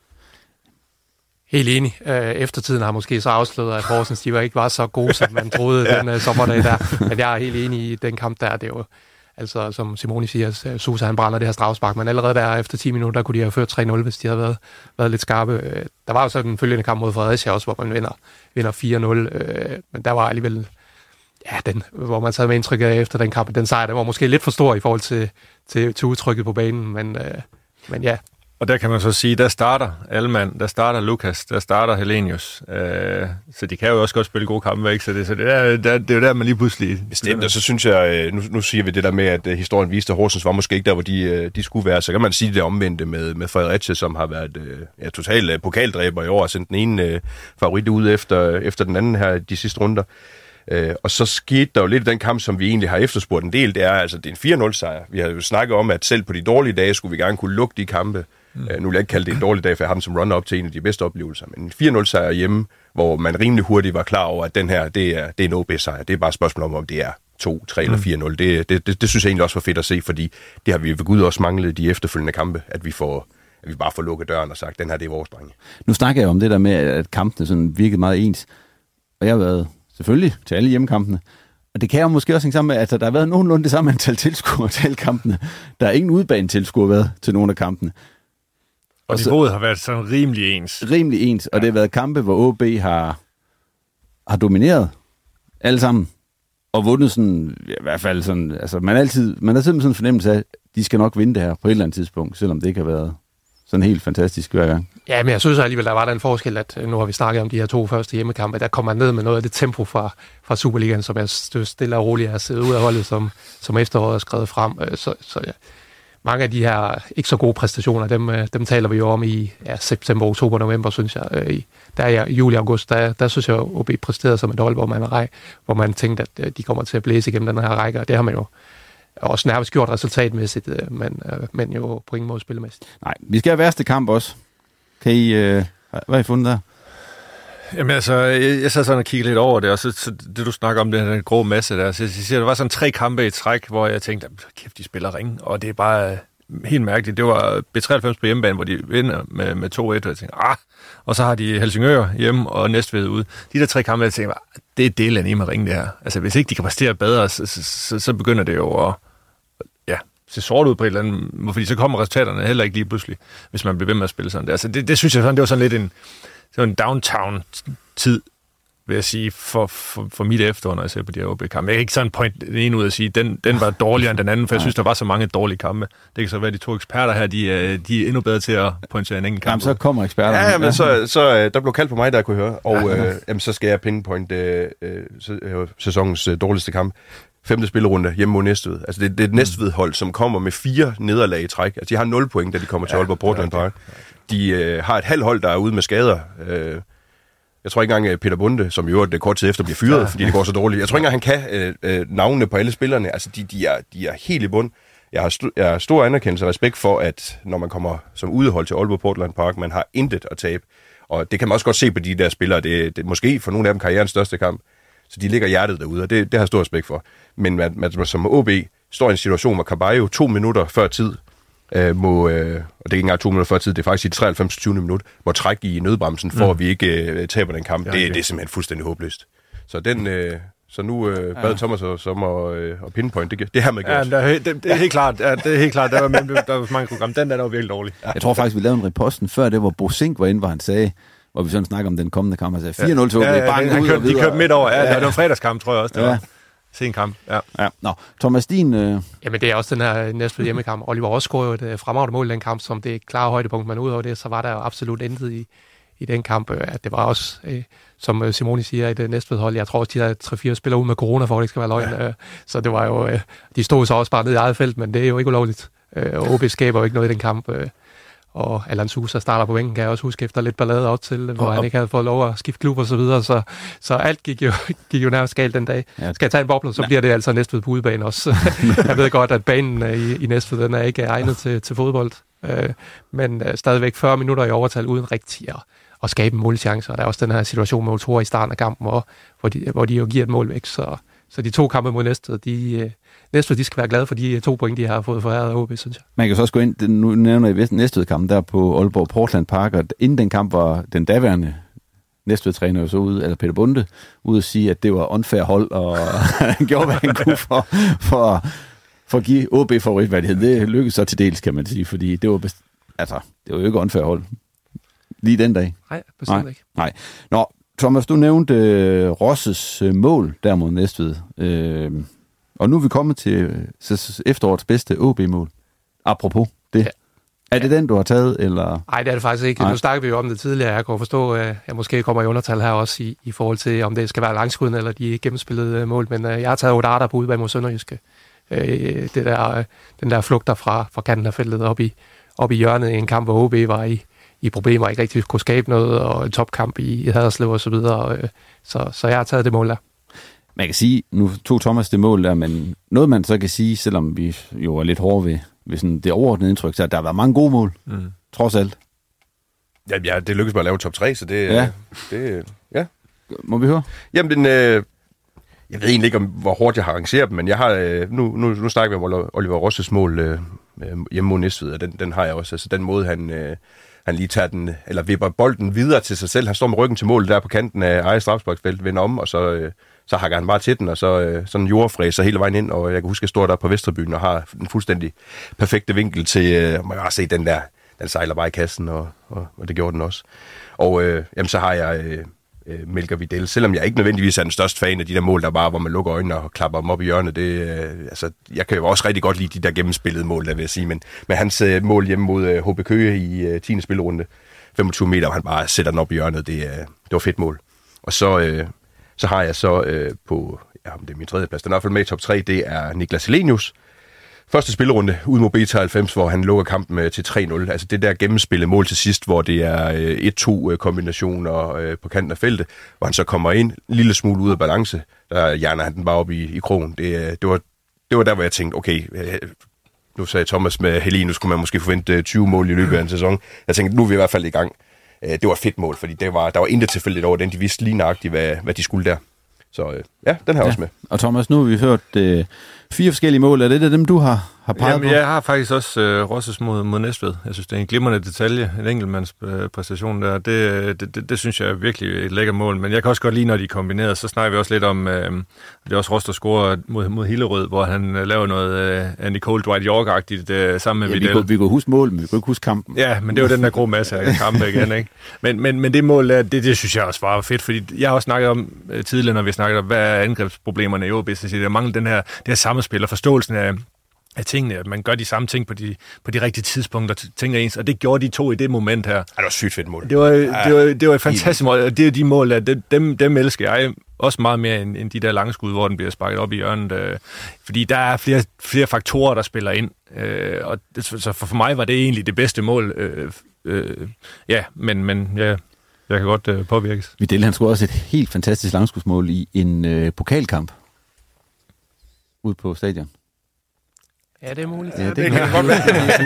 Helt enig. Eftertiden har måske så afsløret, at Horsens de var ikke var så gode, som man troede ja. den uh, sommerdag der. Men jeg er helt enig i den kamp der. Det er jo, altså som Simone siger, Sosa han brænder det her strafspark, men allerede der efter ti minutter, der kunne de have ført tre nul, hvis de havde været, været lidt skarpe. Der var jo så den følgende kamp mod Fredericia også, hvor man vinder, vinder fire nul, men der var alligevel, ja, den, hvor man sad med indtrykket af efter den kamp, den sejr, den var måske lidt for stor i forhold til, til, til udtrykket på banen, men, men ja.
Og der kan man så sige, der starter Alman, der starter Lukas, der starter Helenius. Øh, så de kan jo også godt spille gode kampe, ikke? Så det, så det, er, der, det er jo der, man lige pludselig...
Bestemt, og så synes jeg, nu, nu siger vi det der med, at historien viste, at Horsens var måske ikke der, hvor de, de skulle være. Så kan man sige det omvendte med, med Fredericia, som har været ja, totalt pokaldræber i år, og sendt den ene favorit ud efter, efter den anden her de sidste runder. Uh, og så skete der jo lidt i den kamp, som vi egentlig har efterspurgt en del. Det er altså det er en fire nul sejr. Vi har jo snakket om, at selv på de dårlige dage skulle vi gerne kunne lukke de kampe. Mm. Uh, nu vil jeg ikke kalde det en dårlig dag, for jeg har den som runner-up til en af de bedste oplevelser. Men en fire nul sejr hjemme, hvor man rimelig hurtigt var klar over, at den her, det er, det er en O B-sejr. Det er bare et spørgsmål om, om det er to, tre mm. eller fire nul. Det, det, det, det synes jeg egentlig også var fedt at se, fordi det har vi ved Gud også manglet de efterfølgende kampe, at vi får... at vi bare får lukket døren og sagt, den her, det er vores drenge.
Nu snakker jeg om det der med, at kampene sådan virkede meget ens. Og jeg har været selvfølgelig til alle hjemmekampene. Og det kan jo måske også hænge sammen med, at der har været nogenlunde det samme antal tilskuere til alle kampene. Der er ingen udbanetilskuere været til nogle af kampene.
Og, og niveauet har været sådan rimelig ens.
Rimelig ens, og ja. Det har været kampe, hvor O B har, har domineret alle sammen. Og vundet sådan, ja, i hvert fald sådan, altså man, altid, man har simpelthen sådan en fornemmelse af, at de skal nok vinde det her på et eller andet tidspunkt, selvom det ikke har været sådan helt fantastisk hver gang.
Ja, men jeg synes alligevel, der var der en forskel, at nu har vi snakket om de her to første hjemmekampe, der kommer man ned med noget af det tempo fra, fra Superligaen, som jeg synes stille og roligt har siddet ud af holdet, som, som efteråret er skrevet frem. Så, så ja, mange af de her ikke så gode præstationer, dem, dem taler vi jo om i ja, september, oktober, november, synes jeg. I, der er i juli og august, der, der synes jeg, at O B præsterede som et hold, hvor man, rej, hvor man tænkte, at de kommer til at blæse igennem den her række, og det har man jo også nærmest gjort resultatmæssigt, men, men jo på ingen måde spillemæssigt.
Nej, vi skal have værste kamp også. Kan I, øh, hvad har I fundet der?
Jamen altså, jeg, jeg sad sådan og kiggede lidt over det, og så, så det du snakker om, den, den grå masse der, så jeg siger, der var sådan tre kampe i træk, hvor jeg tænkte, kæft, de spiller ringe, og det er bare helt mærkeligt. Det var B treoghalvfems på hjemmebane, hvor de vinder med, med to et, og jeg tænkte, ah, og så har de Helsingør hjemme og Næstved ude. De der tre kampe, jeg tænkte, det er del af med ringe det her. Altså, hvis ikke de kan præstere bedre, så, så, så, så begynder det jo at ja, se sort ud på et eller andet, fordi så kommer resultaterne heller ikke lige pludselig, hvis man bliver ved med at spille sådan der. Altså, det, det synes jeg sådan, det var sådan lidt en, det var en downtown-tid, vil jeg sige, for, for, for mit efterår, når jeg ser på de her O B-kampe. Jeg kan ikke sådan point den ene ud at sige, den, den var dårligere end den anden, for jeg synes, der var så mange dårlige kampe. Det kan så være, de to eksperter her, de, de er endnu bedre til at pointere en enkelt kamp.
Jamen, så kommer eksperterne.
Ja, men så, så der blev kaldt på mig, der jeg kunne høre, og ja. øh, jamen, så skal jeg pinpoint øh, øh, sæsonens øh, dårligste kamp. Femte spillerunde hjemme mod Næstved. Altså, det, det er et Næstved-hold, som kommer med fire nederlag i træk. Altså, de har nul point, da de kommer til Aalborg Portland Park. De øh, har et halvt hold, der er ude med skader. Øh, Jeg tror ikke engang Peter Bunde, som jo det kort tid efter bliver fyret, ja. fordi det går så dårligt. Jeg tror ikke engang, han kan øh, øh, navnene på alle spillerne. Altså, de, de, er, de er helt i bund. Jeg har, st- jeg har stor anerkendelse og respekt for, at når man kommer som udehold til Aalborg Portland Park, man har intet at tabe. Og det kan man også godt se på de der spillere. Det, det måske for nogle af dem karrierens største kamp. Så de ligger hjertet derude, og det, det har jeg stor respekt for. Men man, man som O B står i en situation, hvor Caballo to minutter før tid, Øh, må, øh, og det er ikke engang to minutter før tid, det er faktisk i det treoghalvfems tyve minut, må trække i nødbremsen, for mm. at vi ikke øh, taber den kamp. Ja, okay. det, det er simpelthen fuldstændig håbløst. Så den, øh, så nu øh, bad ja. Thomas som at, øh, at pinpoint, det, det har man gjort.
Ja, det, det, det er helt klart, ja, det er helt klart, der var, der var mange program, den der, der var virkelig dårlig.
Ja. Jeg tror faktisk, vi lavede en reposten før det, hvor Bo Sink var inde, hvor han sagde, hvor vi sådan snakker om den kommende kamp, altså fire nul til
ja, ja, ja, han kørte, de kørte midt over, ja, ja. Det var fredagskamp, tror jeg også, det ja. var. Sen kamp, ja.
ja. Nå, Thomas Din... Øh...
Jamen, det er også den her Næstved hjemmekamp. Oliver også scorede jo et fremragende mål i den kamp, som det er klare højdepunkt, men udover det, så var der jo absolut intet i, i den kamp. At det var også, øh, som Simoni siger, et Næstved-hold. Jeg tror også, de der tre fire spiller ud med corona, for at det ikke skal være løgn. Ja. Så det var jo... Øh, de stod så også bare nede i eget felt, men det er jo ikke ulovligt. Øh, og O B skaber jo ikke noget i den kamp. Øh, og Allan Sousa starter på bænken, kan jeg også huske, efter lidt ballade op til, hvor oh, han ikke havde fået lov at skifte klub og så videre, så, så alt gik jo, gik jo nærmest galt den dag. Ja. Skal jeg tage en boble, så Nej. bliver det altså Næstved på udebane også. Jeg ved godt, at banen i, i Næstved, den er ikke egnet til, til fodbold, øh, men øh, stadigvæk fyrre minutter i overtal uden rigtig at, at skabe en målchance, og der er også den her situation med Otora i starten af kampen, hvor, hvor, de, hvor de jo giver et mål væk, så, så de to kampe mod Næstved, de... Øh, Næstved, de skal være glade for de to point, de har fået foræret af O B, synes jeg. Man
kan så også gå ind, nu nævner I Næstved-kampen der på Aalborg Portland Park, og inden den kamp var den daværende Næstved-træner jo så ude, eller Peter Bunde, ude at sige, at det var unfair hold, og han gjorde, hvad han kunne for, for, for at give O B favoritværdighed. Det lykkedes så til dels, kan man sige, fordi det var, best- altså, det var jo ikke unfair hold. Lige den dag.
Nej, bestemt Nej. ikke.
Nej. Nå, Thomas, du nævnte øh, Rosses øh, mål der mod Næstved. Øh, Og nu er vi kommet til efterårets bedste O B-mål. Apropos det. Ja. Er det ja. den, du har taget, eller?
Nej, det er det faktisk ikke. Nej. Nu snakker vi jo om det tidligere. Jeg kan forstå, at jeg måske kommer i undertal her også i, i forhold til, om det skal være langskuden eller de gennemspillede mål. Men uh, jeg har taget Odata på udebane mod Sønderjyske. Uh, det der, uh, den der flugter fra, fra kanten af feltet op i, op i hjørnet i en kamp, hvor O B var i, i problemer, ikke rigtig kunne skabe noget, og en topkamp i, i Haderslev og så videre. Uh, så, så jeg har taget det mål der.
Man kan sige, nu tog Thomas det mål der, men noget man så kan sige, selvom vi jo er lidt hårde ved, ved sådan det overordnede indtryk, så at der har været mange gode mål, mm. trods alt.
Ja, ja, det lykkedes mig at lave top tre, så det...
Ja.
det ja.
Må vi høre?
Jamen, den, øh, jeg ved egentlig ikke, om, hvor hårdt jeg har arrangeret dem, men jeg har... Øh, nu, nu, nu snakker vi om Oliver Rosses mål øh, hjemme mod Næstved, og den, den har jeg også. Altså, den måde, han... Øh, han lige tager den, eller vipper bolden videre til sig selv. Han står med ryggen til målet der på kanten af eget strafsparksfelt, vender om, og så, øh, så hakker han bare til den, og så øh, sådan en jordfræser hele vejen ind, og jeg kan huske, at jeg står der på Vesterbyen og har en fuldstændig perfekte vinkel til, øh, man kan se den der, den sejler bare i kassen, og, og, og det gjorde den også. Og øh, jamen, så har jeg øh, øh, Melker Vidal, selvom jeg ikke nødvendigvis er den største fan af de der mål, der bare, hvor man lukker øjnene og klapper dem op i hjørnet. Det, øh, altså, jeg kan jo også rigtig godt lide de der gennemspillede mål, der vil jeg sige, men, men hans øh, mål hjemme mod øh, H B Køge i øh, tiende spillerunde, femogtyve meter, hvor han bare sætter den op i hjørnet, det, øh, det var fedt mål. Og så, øh, så har jeg så øh, på, ja, det er min tredje plads, den er i hvert fald med i top tre, det er Niklas Helenius. Første spillerunde ud mod B treoghalvfems, hvor han lukker kampen med til tre nul. Altså det der gennemspillede mål til sidst, hvor det er et to kombinationer på kanten af feltet, hvor han så kommer ind, en lille smule ud af balance, der hjerner han den bare op i, i krogen. Det, det, var, det var der, hvor jeg tænkte, okay, nu sagde Thomas med Helenius, skulle man måske forvente tyve mål i løbet af en sæson. Jeg tænkte, nu er vi i hvert fald i gang. Det var et fedt mål, fordi det var, der var intet tilfældigt over den. De vidste lige nøjagtigt, hvad, hvad de skulle der. Så ja, den her ja. Også med.
Og Thomas, nu har vi hørt øh, fire forskellige mål. Er det af dem, du har, har peget
Jamen,
på?
Jeg har faktisk også øh, Rosses mod, mod Næstved. Jeg synes, det er en glimrende detalje, en enkeltmands øh, præstation der. Det, det, det, det synes jeg er virkelig et lækker mål. Men jeg kan også godt lide, når de er kombineret. Så snakker vi også lidt om, øh, det er også Ross, der scorer mod, mod Hillerød, hvor han øh, laver noget øh, Nicole Dwight York-agtigt øh, sammen med
ja,
Vidal.
Vi kunne, vi kunne huske mål, men vi kunne ikke huske kampen.
Ja, men det var den der grå masse af kampe igen, ikke? Men, men, men det mål, det, det synes jeg også var fedt, fordi jeg har også snakket om øh, tidligere, når vi snakkede om, hvad er angrebsproblemerne i O B, så siger, der mangler den her, det her samspil og forståelsen af, af tingene, at man gør de samme ting på de, på de rigtige tidspunkter, tænker ens, og det gjorde de to i det moment her.
Ja, det var sygt fedt mål.
Det var, det var, det var et fantastisk mål, og det er de mål, at dem, dem elsker jeg også meget mere end, end de der langskud, hvor den bliver sparket op i hjørnet, øh, fordi der er flere, flere faktorer, der spiller ind, øh, og det, så for, for mig var det egentlig det bedste mål, øh, øh, ja, men, men ja, jeg kan godt øh, påvirkes.
Vidal, han scorede også et helt fantastisk langskudsmål i en øh, pokalkamp ude på stadion.
Ja, det er muligt.
Ja, det, det kan godt være.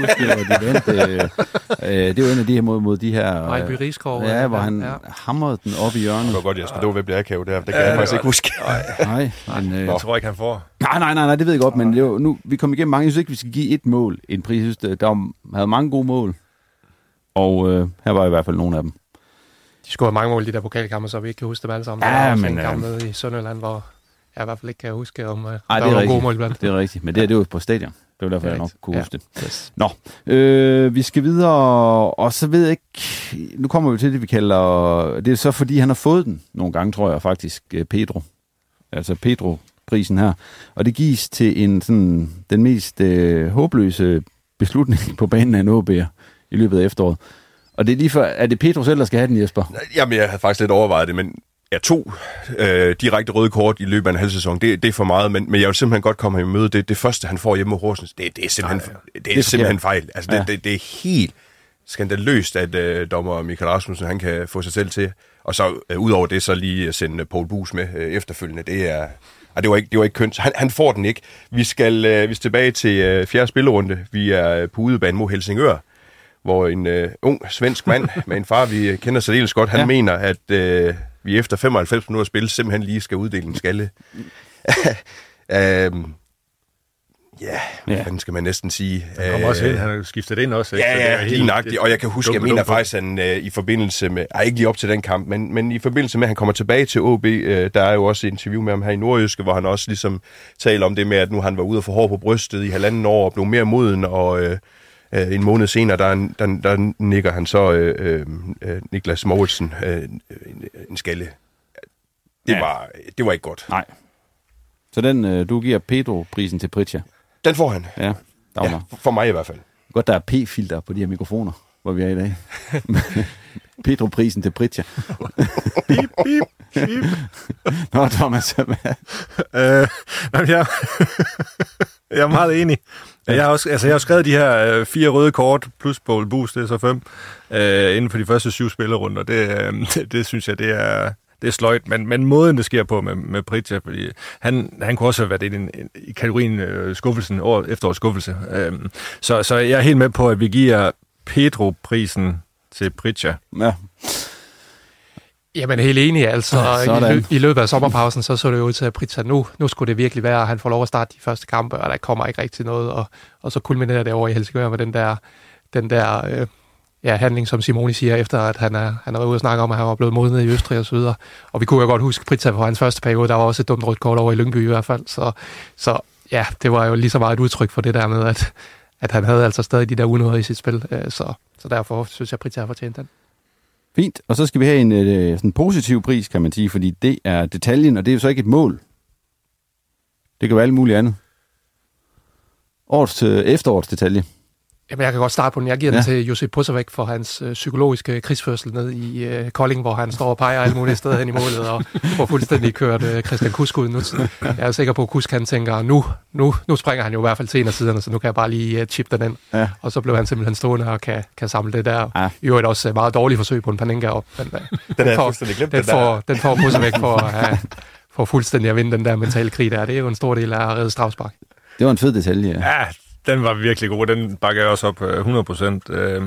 Det var en af de her mod, mod de her...
Vejlby Rigskov.
Ja, hvor han ja. hamrede den op i hjørnet.
Det var godt, jeg skal dog ved at blive akavet der. Det kan jeg faktisk ikke huske.
Nej, men, øh,
jeg tror ikke, han får.
Nej, nej, nej, nej, det ved jeg godt, men det var, nu, vi kom igennem mange. Jeg synes ikke, vi skal give et mål en pris. Jeg synes, der var, havde mange gode mål, og øh, her var i hvert fald nogle af dem.
De scorede mange mål i de der pokalkampe, så vi ikke kan huske dem alle sammen.
Ja,
der var
men...
en kamp nede i Sønderjylland, hvor jeg i hvert fald ikke kan huske, om uh,
Ej,
der var nogle gode mål iblandt.
Det er rigtigt, men det, det var på stadion. Det var derfor, jeg nok kunne
ja.
huske det. Yes. Nå, øh, vi skal videre, og så ved jeg ikke... Nu kommer vi til det, vi kalder... Det er så, fordi han har fået den nogle gange, tror jeg faktisk, Pedro. Altså Pedro-prisen her. Og det gives til en sådan den mest øh, håbløse beslutning på banen af en O B'er i løbet af efteråret. Og det er lige for... Er det Pedro selv, der skal have den, Jesper?
Jamen, jeg havde faktisk lidt overvejet det, men... Ja, to øh, direkte røde kort i løbet af en halv sæson, det, det er for meget, men, men jeg vil simpelthen godt komme ham i møde. Det, det første, han får hjemme mod Horsens, det, det er simpelthen, ja, ja. Det er det er simpelthen fejl. Altså, ja. det, det, det er helt skandaløst, at øh, dommer Michael Rasmussen, han kan få sig selv til. Og så øh, udover det, så lige sende Poul Buus med øh, efterfølgende. Det er... Ej, det var ikke, det var ikke kønt. Han, han får den ikke. Vi skal, øh, vi skal tilbage til øh, fjerde spillerunde. Vi er på udebane mod Helsingør, hvor en øh, ung svensk mand med en far, vi kender særdeles godt, han ja. mener, at... Øh, vi efter femoghalvfems minutter spil simpelthen lige skal uddele en skalle. øhm, ja, hvad ja. fanden skal man næsten sige?
Han kommer også ind, han har skiftet ind også.
Ja, ja, lige nøjagtigt. Og jeg kan huske, jeg mener faktisk, at han, øh, i forbindelse med, ej, ikke lige op til den kamp, men, men i forbindelse med, at han kommer tilbage til O B, øh, der er jo også et interview med ham her i Nordjyske, hvor han også ligesom taler om det med, at nu han var ude og få hår på brystet i halvanden år og blev mere moden, og... Øh, Uh, en måned senere, der, der, der nikker han så uh, uh, Niklas Mouritsen uh, en, en skalle. Det, ja. var, det var ikke godt.
Nej. Så den, uh, du giver Pedro-prisen til Pritja?
Den får han.
Ja,
ja, for mig i hvert fald.
Godt, der er P-filter på de her mikrofoner, hvor vi er i dag. Pedro-prisen til Pritja.
Bip, bip, bip.
Nå, Thomas.
øh, jeg, jeg er meget enig. Jeg har også, altså jeg har skrevet de her øh, fire røde kort plus Poul Buus, det er så fem, øh, inden for de første syv spillerunder. Det, øh, det, det synes jeg, det er, det er sløjt. Men, men måden, det sker på med, med Pritja, fordi han, han kunne også have været i, en, i kategorien øh, skuffelsen, år, efterårs skuffelse. Øh, så, så jeg er helt med på, at vi giver Pedro-prisen til Pritja.
Ja. Jamen helt enig, altså ja, i, i løbet af sommerpausen, så så det jo ud til, at Pritja, nu, nu skulle det virkelig være, at han får lov at starte de første kampe, og der kommer ikke rigtig noget, og, og så kulminerer det over i Helsingør med den der, den der øh, ja, handling, som Simoni siger, efter at han er, han er ude og snakke om, at han var blevet modnet i Østrig og så videre. Og vi kunne jo godt huske Pritja på hans første periode, der var også et dumt rødt kort over i Lyngby i hvert fald, så, så ja, det var jo lige så meget et udtryk for det der med, at, at han havde altså stadig de der unødder i sit spil, så, så derfor synes jeg, Pritja har fortjent den.
Fint, og så skal vi have en øh, sådan positiv pris, kan man sige, fordi det er detaljen, og det er jo så ikke et mål. Det kan være alt muligt andet. Årets, øh, efterårets detalje.
Jamen, jeg kan godt starte på den. Jeg giver
ja.
den til Josep Posovic for hans øh, psykologiske krigsførsel ned i øh, Kolding, hvor han står og peger alle mulige steder hen i målet, og får fuldstændig kørt øh, Christian Kusk ud nu. Jeg er sikker på, at Kusk han tænker, nu, nu, nu springer han jo i hvert fald til en af siderne, så nu kan jeg bare lige øh, chippe den ind. Ja. Og så blev han simpelthen stående og kan, kan samle det der. Ja. I øvrigt også meget dårligt forsøg på en Panenka op. Den, øh,
den, den, får, glemt,
den,
den,
får, den får Posovic for at have, for fuldstændig at vinde den der mentale krig der. Det er jo en stor del af at redde strafspark.
Det var en fed detalje, ja.
Ja, den var virkelig god. Den bakker jeg også op hundrede procent.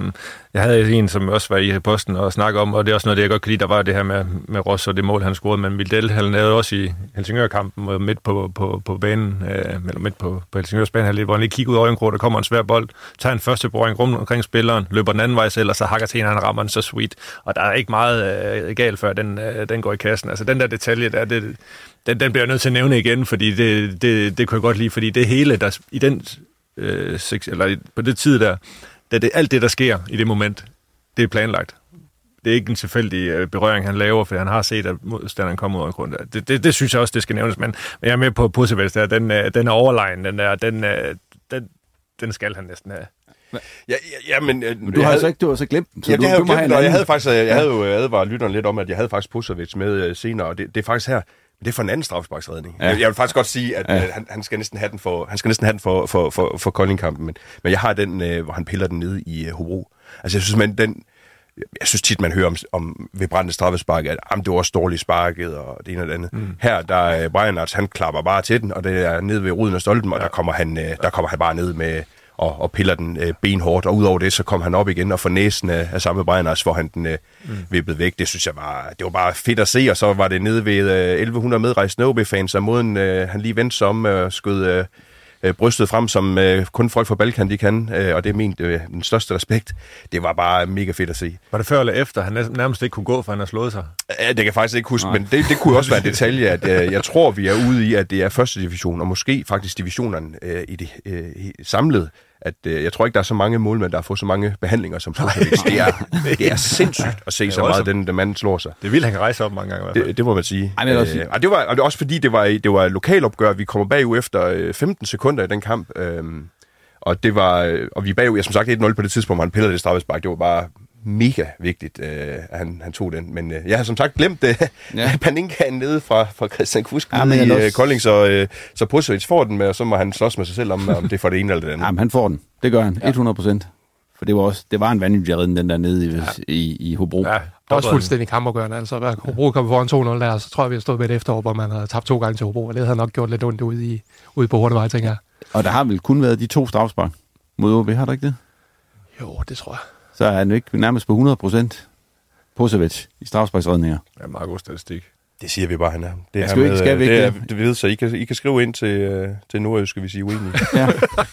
Jeg havde en, som også var i posten og snakke om, og det er også noget, det jeg godt kan lide. Der var det her med, med Ross og det mål, han scorede. Men Vildel, han lavede også i Helsingør-kampen midt på, på, på banen, eller midt på, på Helsingørs bane, hvor han lige kigger ud over Øjenkrog, der kommer en svær bold, tager en første boring rum omkring spilleren, løber den anden vej selv, og så hakker til en, han rammer den så sweet. Og der er ikke meget øh, galt, før den, øh, den går i kassen. Altså den der detalje, der, det, den, den bliver jeg nødt til at nævne igen, fordi det, det, det kunne jeg godt lide, fordi det hele, der i den øh, sex, eller på det tid der, det, det, alt det, der sker i det moment, det er planlagt. Det er ikke en tilfældig øh, berøring, han laver, for han har set, at modstanderen kommer ud af grund. Det, det, det synes jeg også, det skal nævnes, men, men jeg er med på Posovic der, den, øh, den er overlegen, den der, den, øh, den, den skal han næsten have.
Ja, ja, men, øh,
men du har
havde,
altså ikke, du har så glemt den.
Ja, det havde jeg glemt, og jeg havde faktisk, jeg havde jo advaret lytteren lidt om, at jeg havde faktisk Posovic med øh, senere, og det, det er faktisk her, det er for en anden straffesparksredning. Ja. Jeg, jeg vil faktisk godt sige, at ja. øh, han, han skal næsten have den for, han skal næsten have den for, for, for, for Kolding-kampen, men, men jeg har den, øh, hvor han piller den nede i øh, Hobro. Altså, jeg synes, man, den, jeg synes tit, man hører om, om ved brændte straffespark, at jamen, det var også dårligt sparket, og det ene og det andet. Mm. Her, der er uh, Brian Arts, han klapper bare til den, og det er nede ved Ruden og Stolten, og ja. der, kommer han, uh, der kommer han bare ned med og, og piller den uh, benhårdt, og udover det, så kom han op igen, og for næsen uh, af samme Brian Arts, hvor han den uh, mm. vippede væk. Det synes jeg var, det var bare fedt at se, og så var det nede ved uh, elleve hundrede medrejsende O B-fans, og måden uh, han lige vendte sig om og uh, skød uh, brystet frem, som øh, kun folk fra Balkan, de kan, øh, og det er min øh, den største respekt. Det var bare mega fedt at se.
Var det før eller efter, han nærmest ikke kunne gå, for han har slået sig?
Ja, det kan jeg faktisk ikke huske, Nej. men det, det kunne også være en detalje, at øh, jeg tror, vi er ude i, at det er første division, og måske faktisk divisionerne øh, i det øh, samlet, at øh, jeg tror ikke, der er så mange målmænd, der har fået så mange behandlinger som Posovic. Det er, det er sindssygt at se så meget, den, den mand slår sig.
Det vil han kan rejse op mange gange i hvert fald.
Det, det må man sige.
Ej, men også sige.
Øh, og, det var, og det var også fordi, det var, det var lokalopgør. Vi kommer bagud efter femten sekunder i den kamp. Øh, og, det var, og vi er bagud, jeg som sagt et nul på det tidspunkt, hvor han piller det straffespark. Det var bare mega vigtigt, øh, at han, han tog den. Men øh, jeg har som sagt glemt det. Ja. Paninkaen nede fra, fra Christian Kusk ja, i øh, Kolding, så, øh, så Posovic får den med, og så må han slås med sig selv om, om det er for det ene eller det andet.
Jamen, han får den. Det gør han. hundrede procent. For det var også det var en vanvittig redning, den der nede i, ja. i, i Hobro. Ja,
det var også fuldstændig kampafgørende. Altså, Hobro kom foran to nul der, så tror jeg, vi har stået med et efterår, hvor man havde tabt to gange til Hobro, og det havde nok gjort lidt ondt ude, i, ude på Hornevej, tænker jeg.
Og der har vel kun været de to straffespark mod O B, har der ikke det?
Jo, det tror jeg.
Så er han ikke nærmest på hundrede procent Posovic i straffesparksredninger.
Ja, meget god statistik.
Det siger vi bare, han er. Det,
skal vi ikke, skal vi ikke,
det, er, det ved, så I kan, I kan skrive ind til, til Nordjysk, skal vi sige uenige.
Ja.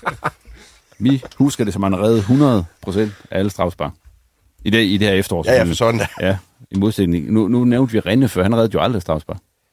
Vi husker det, som han redde hundrede procent af alle straffespark. I det, i det her efterår.
Ja, ja, for sådan.
Ja, i modsætning. Nu, nu nævnte vi Rinde, for han redde jo aldrig straffespark.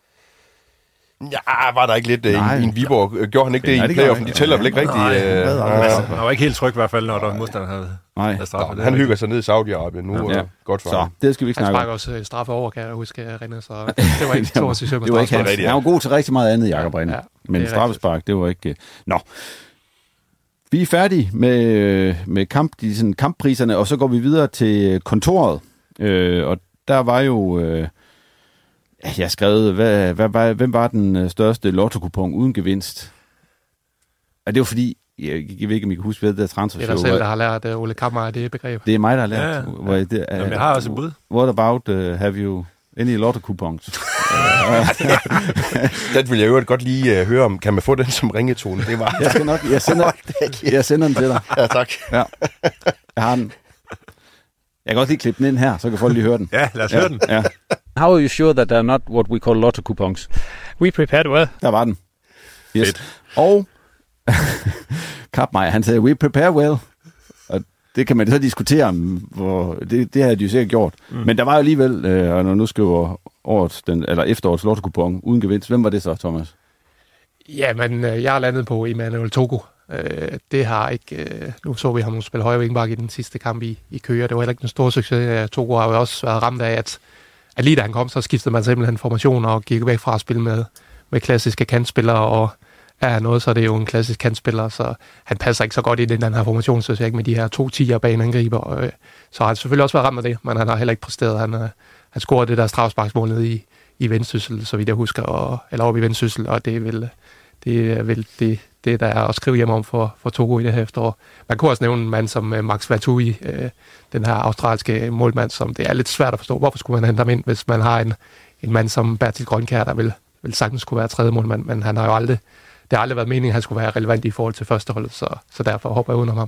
Ja, var der ikke lidt Nej, i en Viborg? Gjorde han ikke det, det i playoffen? De tæller vel ikke rigtigt?
Nej,
øh,
han var ikke helt tryg i hvert fald, når der modstander havde, havde straffet.
Han hygger sig ned i Saudi-Arabien nu. Ja. Godt for
så,
ham.
Det skal vi ikke snakke om.
Han sparker også straffe over, kan jeg huske, Rinde, så det var ikke stort succes med
straffespark. Han var god til rigtig meget andet, Jakob Rinde. Ja, men straffespark, det var ikke... Nå. Vi er færdige med, med kamp, de sådan kamppriserne, og så går vi videre til kontoret. Øh, og der var jo... Øh, jeg skrev, hvad, hvad, hvad, hvem var den største lotto-kupon uden gevinst? Og det var fordi, jeg, jeg ved ikke, om I kan huske, hvad det der transfershow.
Det er dig selv, der har lært uh, Ole Kammer det begreb.
Det er mig, der har lært.
Ja, ja.
Hvor det, uh,
Jamen, jeg har også et bud.
What about, uh, have you any lotto-coupons?
Den vil jeg jo godt lige uh, høre om. Kan man få den som ringetone? Det var...
Jeg skal nok, jeg sender, jeg sender den til dig.
Ja, tak.
Ja. Jeg har den. Jeg kan også lige klippe den ind her, så kan folk lige høre den.
Ja, lad os ja. høre den.
Ja. How are you sure that they're not what we call lotto coupons?
We prepared well.
Der var den. Yes.
Fedt.
Og Kapmeier, han sagde, we prepare well. Og det kan man så diskutere om, hvor det, det havde de jo sikkert gjort. Mm. Men der var jo alligevel, øh, og når nu skriver årets, den, eller efterårets lotto coupon uden gevinst, hvem var det så, Thomas?
Ja, men øh, jeg er landet på Emmanuel Togo. Øh, det har ikke... Øh, nu så vi ham spille højre vingbak i den sidste kamp i, i Køge. Det var heller ikke en stor succes. Togo har jo også været ramt af, at, at lige da han kom, så skiftede man simpelthen formationer og gik væk fra at spille med, med klassiske kantspillere, og er noget, så er det jo en klassisk kantspiller, så han passer ikke så godt i den her formation, så jeg ikke med de her to tiger baneangriber. Øh, så har han selvfølgelig også været ramt af det, men han har heller ikke præsteret. Han, øh, han scorede det der strafsparksmål nede i, i Vendsyssel, så vidt jeg husker, og, eller oppe i Vendsyssel, og det er vel det, er vel det, det der er at skrive hjem om for, for Togo i det her efterår. Man kunne også nævne en mand som uh, Max Vatui, øh, den her australske målmand, som det er lidt svært at forstå. Hvorfor skulle man hente ham ind, hvis man har en, en mand som Bertil Grønkjær, der vil, vil sagtens skulle være tredje målmand, men han har jo aldrig, det har aldrig været meningen, at han skulle være relevant i forhold til førsteholdet, så, så derfor hopper jeg udenom ham.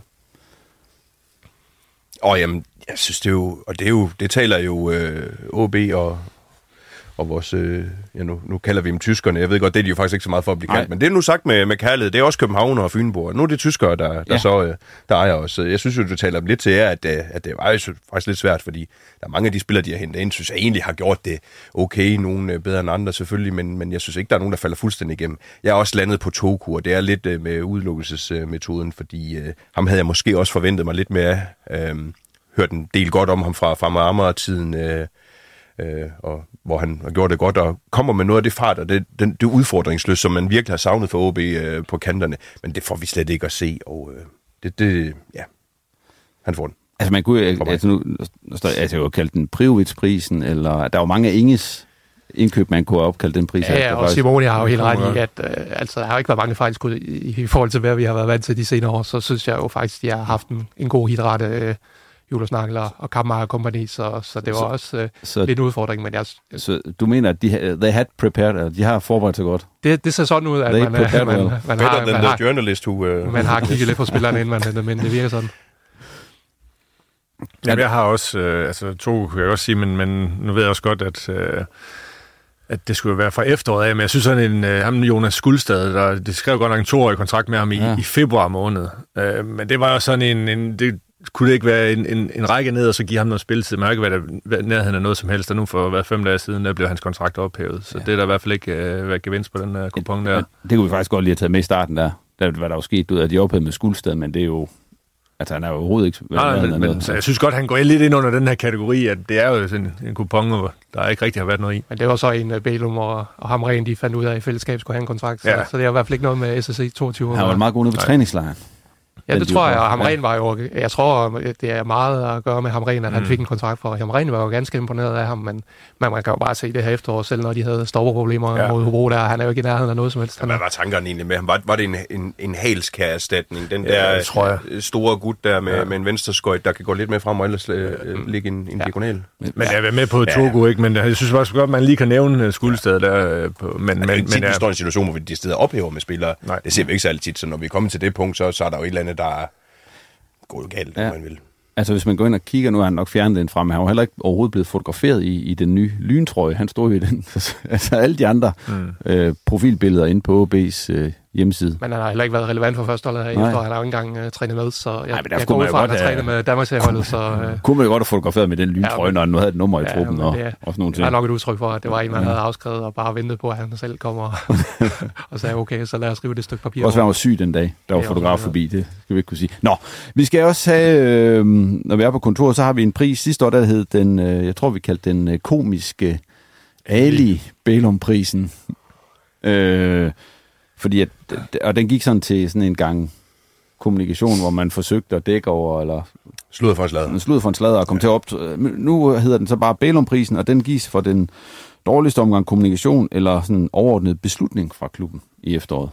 Og jamen, jeg synes det er jo, og det er jo, det taler jo øh, O B og og vores, øh, ja nu, nu kalder vi dem tyskerne, jeg ved godt, det er de jo faktisk ikke så meget for at blive kaldt, men det er nu sagt med, med kærlighed, det er også København og Fynborg. Nu er det tyskere, der, der ja. så øh, der ejer os. Jeg synes jo, du taler dem lidt til jer, at, at det var jo faktisk lidt svært, fordi der er mange af de spillere, de har hentet ind, synes jeg egentlig har gjort det okay, nogle bedre end andre selvfølgelig, men, men jeg synes ikke, der er nogen, der falder fuldstændig igennem. Jeg er også landet på Toku, og det er lidt øh, med udelukkelsesmetoden, fordi øh, ham havde jeg måske også forventet mig lidt mere, øh, hørt en del godt om ham fra, fra Amager-tiden, øh, øh, og hvor han har gjort det godt, og kommer med noget af det fart, og det, den, det udfordringsløs, som man virkelig har savnet for O B øh, på kanterne, men det får vi slet ikke at se, og øh, det, det, ja, han får den.
Altså man kunne altså nu, altså jeg jo kalde den Priovic-prisen, eller der er jo mange af Inges indkøb, man kunne have opkaldt den pris.
Ja, og Simone har jo helt ret i, at øh, altså, der har jo ikke været mange fejlskud i, i forhold til, hvad vi har været vant til de senere år, så synes jeg jo faktisk, at de har haft en, en god hitrate, øh, Julius Nagler og Kammer og kompagni, så, så det var så, også øh, så, lidt en udfordring. Men jeg,
så du mener, at de, they had prepared, de har forberedt sig godt?
Det, det ser sådan ud, at man, man, man, man, har, man, har,
journalist who, uh...
man har kigget lidt på spillerne, inden man henter, men det virker sådan.
Ja, jeg har også, øh, altså to kan jeg også sige, men, men nu ved jeg også godt, at, øh, at det skulle være fra efteråret af, men jeg synes sådan en, øh, ham Jonas Skuldstad, der, det skrev godt nok en toårig kontrakt med ham i, ja. i februar måned, øh, men det var jo sådan en, en det, kunne det ikke være en, en, en række ned, og så give ham noget spilletid? Man har ikke været nærheden af noget som helst, og nu for hver fem dage siden, der blev hans kontrakt ophævet. Så ja. det er der i hvert fald ikke øh, været gevinst på den uh, kupon der. Ja,
det kunne vi faktisk godt lige have taget med i starten der. Der var der jo sket ud af, at de ophævede med Skuldstad, men det er jo... Altså, han er jo overhovedet ikke...
Nej, men, men så jeg synes godt, han går lidt ind under den her kategori, at det er jo en, en kupon, hvor der ikke rigtig har været noget i.
Men det var så en uh, Bælum og, og Hamren, de fandt ud af, at i fællesskab skulle have en kontrakt, så, ja. så det er i hvert fald ikke noget med S S C toogtyve.
Han var meget god nede på træningslejren.
Ja, det tror jeg, og Hamren var jo... Jeg tror, det er meget at gøre med Hamren, at han mm. fik en kontrakt for. Hamren var jo ganske imponeret af ham, men man, man kan jo bare se det her efterår, selv når de havde stopperproblemer ja. mod Hobro der. Han er jo ikke i nærheden af noget som helst.
Ja, hvad var tankerne egentlig med ham? Var, var det en, en, en halskærerstatning? Den ja, der tror jeg. store gut der med, ja. med en venstreskøjt, der kan gå lidt mere frem og ellers øh, ligge en, en ja. diagonal.
Men ja. jeg er med på Togo, ja. ikke? Men jeg synes også godt, at man lige kan nævne Skuldstad der. På, men, men, men,
men, vi står i en situation, hvor vi de steder ophæver med spillere. Nej. Det ser vi ikke så altid, så når vi kommer til det punkt, så, så er der jo et eller andet, der går jo galt, ja. man vil.
Altså, hvis man går ind og kigger, nu er han nok fjernet den fra, men han var heller ikke overhovedet blevet fotograferet i, i den nye lyntrøje. Han stod i den. Altså, alle de andre mm. øh, profilbilleder inde på O B's øh, hjemmeside.
Men han har heller ikke været relevant for førsteholdet her efter. Han har jo ikke engang uh, trænet med, så jeg, Nej, jeg går ud fra, at han har trænet med Danmarksholdet. Så uh,
kunne man jo godt have fotograferet med den lyntrøje, ja, når han nu havde et nummer i ja, truppen og,
det,
og sådan nogle ting.
Det er nok et udtryk for, at det var en, man havde afskrevet og bare ventet på, at han selv kommer og sagde, okay, så lad os skrive det stykke papir.
Også han var syg den dag, der var fotograf forbi, det skal vi ikke kunne sige. Nå, vi skal også have, øh, når vi er på kontoret, så har vi en pris. Sidste år, der hed den, øh, jeg tror vi kaldte den øh, komiske Ali Bælum-prisen. Øh, fordi at, og den gik sådan til sådan en gang kommunikation, hvor man forsøgte at dække over, eller
sludder for en sladder.
Sludder for en sladder og kom ja. til op. Nu hedder den så bare Bælum-prisen, og den gives for den dårligste omgang kommunikation, eller sådan en overordnet beslutning fra klubben i efteråret.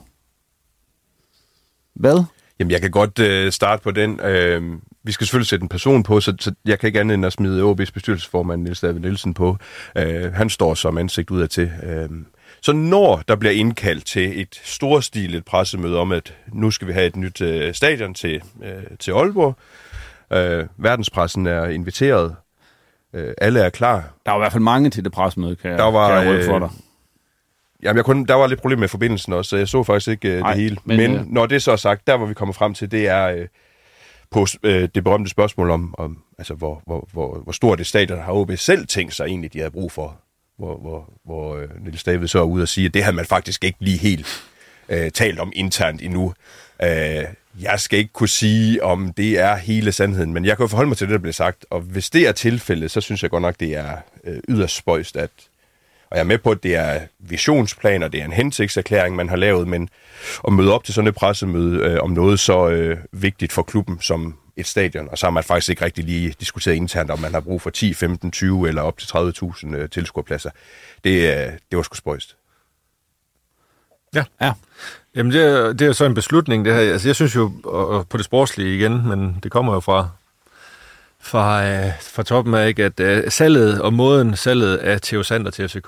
Hvad?
Jamen, jeg kan godt øh, starte på den. Øh, vi skal selvfølgelig sætte en person på, så, så jeg kan ikke andet end at smide O B's bestyrelsesformand Niels David Nielsen på. Øh, han står som ansigt udad til. Øh, Så når der bliver indkaldt til et storstilet pressemøde om, at nu skal vi have et nyt øh, stadion til, øh, til Aalborg, øh, verdenspressen er inviteret, øh, alle er klar.
Der var i hvert fald mange til det pressemøde, kan jeg,
der var,
kan jeg røde for dig.
Jamen, jeg kunne, der var lidt problem med forbindelsen også, så jeg så faktisk ikke øh, Ej, det hele. Men, men øh... når det så er sagt, der hvor vi kommer frem til, det er øh, på øh, det berømte spørgsmål om, om altså, hvor, hvor, hvor, hvor stort det stadion har O B selv tænkt sig egentlig, de havde brug for. Hvor, hvor, hvor øh, Niels David så er ude og sige, at det havde man faktisk ikke lige helt øh, talt om internt endnu. Øh, jeg skal ikke kunne sige, om det er hele sandheden, men jeg kan jo forholde mig til det, der bliver sagt, og hvis det er tilfældet, så synes jeg godt nok, det er øh, yderst spøjst, at, og jeg er med på, at det er visionsplaner, det er en hensigtserklæring, man har lavet, men at møde op til sådan et pressemøde øh, om noget så øh, vigtigt for klubben som et stadion, og så har man faktisk ikke rigtig lige diskuteret internt, om man har brug for ti, femten, tyve eller op til tredive tusind øh, tilskuerpladser. Det, øh, det var sgu spøjst.
Ja. ja. Jamen, det er, det er jo så en beslutning, det her. Altså, jeg synes jo, og på det sportslige igen, men det kommer jo fra, fra, øh, fra toppen af, ikke, at øh, salget og måden salget af Theo Sander til F C K,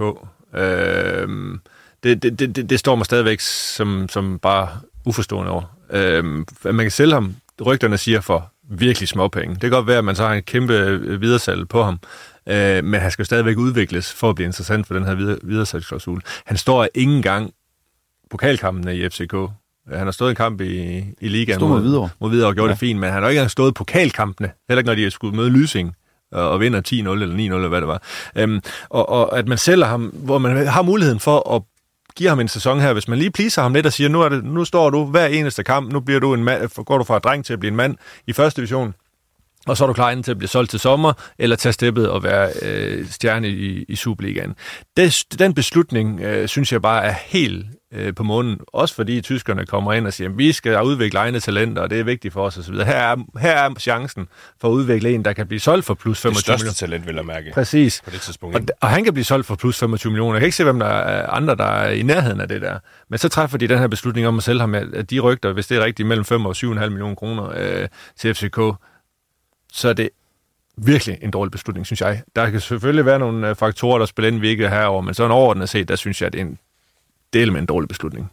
øh, det, det, det, det står mig stadigvæk som, som bare uforstående over. Øh, man kan sælge ham, rygterne siger, for virkelig småpenge. Det kan godt være, at man så har en kæmpe videresalg på ham, øh, men han skal jo stadigvæk udvikles for at blive interessant for den her videre, videresalgsklausul. Han står ikke engang pokalkampene i F C K. Han har stået en kamp i, i ligaen mod, mod Hvidovre mod Hvidovre og gjorde ja. det fint, men han har ikke engang stået pokalkampene, heller ikke når de skulle møde Lysing og, og vinder ti nul eller ni nul eller hvad det var. Øhm, og, og at man sælger ham, hvor man har muligheden for at give ham en sæson her, hvis man lige pleaser ham lidt og siger, nu, er det, nu står du hver eneste kamp, nu bliver du en mand, går du fra dreng til at blive en mand i første division, og så er du klar til at blive solgt til sommer, eller tage steppet og være øh, stjerne i, i Superligaen. Det, den beslutning, øh, synes jeg bare er helt øh, på månen. Også fordi tyskerne kommer ind og siger, at vi skal udvikle egne talenter, og det er vigtigt for os osv. Her er, her er chancen for at udvikle en, der kan blive solgt for plus femogtyve millioner.
Det største talent, vil jeg mærke.
Præcis.
På det tidspunkt.
Og, og han kan blive solgt for plus femogtyve millioner. Jeg kan ikke se, hvem der er andre, der er i nærheden af det der. Men så træffer de den her beslutning om at sælge ham, at de rygter, hvis det er rigtigt, mellem fem og syv komma fem millioner kroner øh, til F C K, så er det virkelig en dårlig beslutning, synes jeg. Der kan selvfølgelig være nogle faktorer, der spiller ind, vi ikke herover, men sådan overordnet set, der synes jeg, at det er en del med en dårlig beslutning.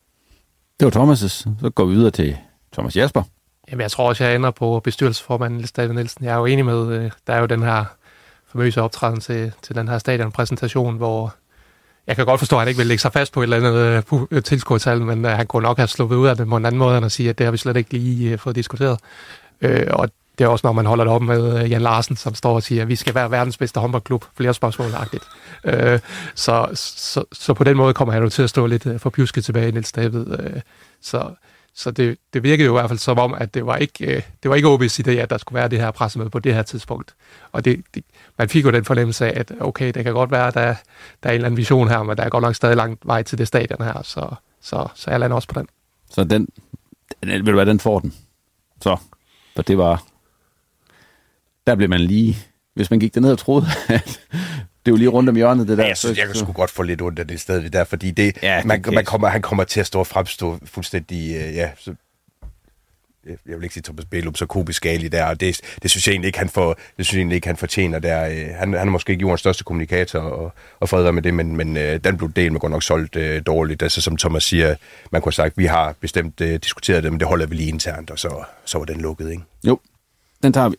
Det var Thomas'. Så går vi videre til Thomas Jasper.
Jamen, jeg tror også, jeg ender på bestyrelsesformanden Niels David Nielsen. Jeg er jo enig med, der er jo den her famøse optræden til, til den her stadionpræsentation, hvor jeg kan godt forstå, at han ikke vil lægge sig fast på et eller andet tilskuertal, men han kunne nok have sluppet ud af det på en anden måde, end at sige, at det har vi slet ikke lige fået diskuteret. Og det er også, når man holder det op med Jan Larsen, som står og siger, at vi skal være verdens bedste håndboldklub, flere spørgsmål-agtigt. Øh, så, så, så på den måde kommer han jo til at stå lidt forpjusket tilbage, Niels David. Øh, så så det, det virkede jo i hvert fald som om, at det var ikke, det var ikke O B's idé, at der skulle være det her pressemøde på det her tidspunkt. Og det, det, man fik jo den fornemmelse af, at okay, det kan godt være, at der, der er en eller anden vision her, men der er godt nok stadig langt vej til det stadion her, så, så, så jeg lander også på den.
Så den, den ved du hvad, den får den. Så, for det var... Der blev man lige, hvis man gik derned og troede, at det var lige rundt om hjørnet, det der.
Ja, jeg synes, jeg kan sgu godt få lidt ondt af det sted der, fordi det,
ja,
man,
det
man kommer, han kommer til at stå og fremstå fuldstændig, ja, så, jeg vil ikke sige Thomas Bælum, så komisk gal i der, og det, det synes jeg egentlig ikke, han får, det synes jeg egentlig ikke, han fortjener der. Han, han er måske ikke jordens største kommunikator, og, og fred med det, men, men den blev delt med godt nok solgt uh, dårligt. Altså, som Thomas siger, man kunne have sagt, vi har bestemt uh, diskuteret det, men det holder vi lige internt, og så, så var den lukket, ikke?
Jo, den tager vi.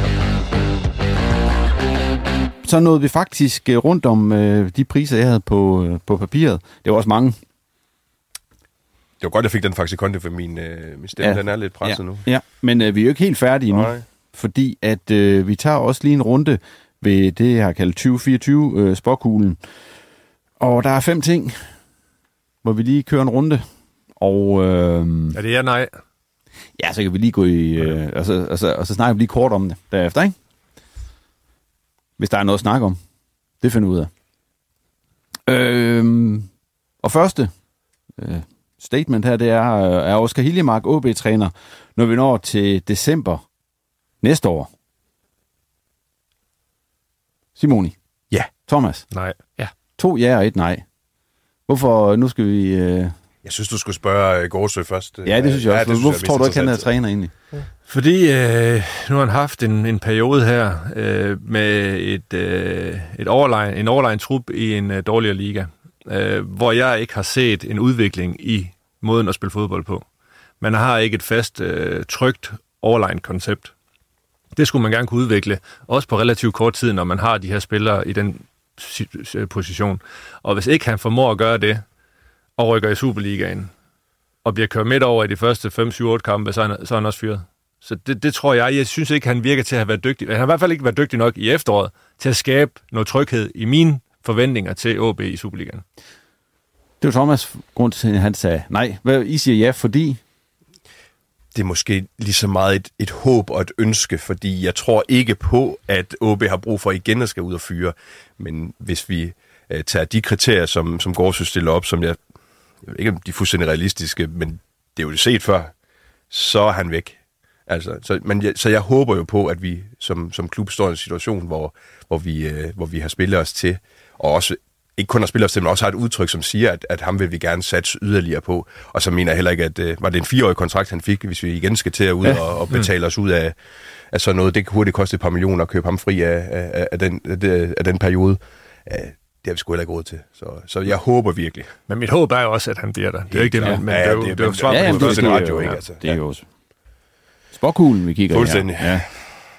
Så nåede vi faktisk rundt om øh, de priser, jeg havde på, øh, på papiret. Det var også mange.
Det var godt, jeg fik den faktisk i konto, for min, øh, min stemme, ja. Den er lidt presset
ja.
nu.
Ja, men øh, vi er jo ikke helt færdige nu. Nej. Fordi at øh, vi tager også lige en runde ved det, jeg har kaldt tyve fireogtyve øh, spåkuglen. Og der er fem ting, hvor vi lige kører en runde. Og, øh,
er det ja, nej?
Ja, så kan vi lige gå i... Øh, og, så, og, så, og så snakker vi lige kort om det derefter, ikke? Hvis der er noget at snakke om. Det finder vi ud af. Øhm, og første øh, statement her, det er, øh, er Oscar Hiljemark, O B-træner, når vi når til december næste år. Simoni?
Ja.
Thomas?
Nej.
Ja.
To ja og et nej. Hvorfor? Nu skal vi... Øh...
Jeg synes, du skulle spørge Gårdsø først.
Ja, det synes jeg også. Ja, det Hvorfor synes jeg, tror du ikke, han er træner egentlig? Ja.
Fordi øh, nu har han haft en, en periode her øh, med et, øh, et overlegen, en overlegen trup i en øh, dårligere liga, øh, hvor jeg ikke har set en udvikling i måden at spille fodbold på. Man har ikke et fast, øh, trygt, overlegen koncept. Det skulle man gerne kunne udvikle, også på relativt kort tid, når man har de her spillere i den position. Og hvis ikke han formår at gøre det, og rykker i Superligaen, og bliver kørt midt over i de første fem syv otte kampe, så er han, så er han også fyret. Så det, det tror jeg, jeg synes ikke, han virker til at have været dygtig. Han har i hvert fald ikke været dygtig nok i efteråret til at skabe noget tryghed i mine forventninger til O B i Superligaen.
Det var Thomas' grund til, at han sagde nej. Hvad, I siger ja, fordi...
Det er måske lige så meget et, et håb og et ønske, fordi jeg tror ikke på, at O B har brug for igen at skal ud og fyre. Men hvis vi øh, tager de kriterier, som, som Gårdsø stiller op, som jeg, jeg ved ikke, om de er fuldstændig realistiske, men det er jo set før, så er han væk. Altså, så, men jeg, så jeg håber jo på, at vi som, som klub står i en situation, hvor, hvor, vi, øh, hvor vi har spillet os til, og også ikke kun har spillet os til, men også har et udtryk, som siger, at, at ham vil vi gerne satse yderligere på. Og så mener jeg heller ikke, at øh, var det en fireårig kontrakt, han fik, hvis vi igen skal til at ud ja. og, og betale mm. os ud af, af sådan noget. Det kan hurtigt koste et par millioner at købe ham fri af, af, af, den, af, af den periode. Uh, det har vi sgu heller ikke råd til. Så, så jeg håber virkelig.
Men mit håb er jo også, at han bliver der. Det er ikke det, men, men
ja,
det er jo,
det,
det er jo svar på
ja,
det.
Det er jo,
ikke,
ja,
altså.
det er jo også spåkuglen, vi kigger
fuldstændig.
i her. Ja.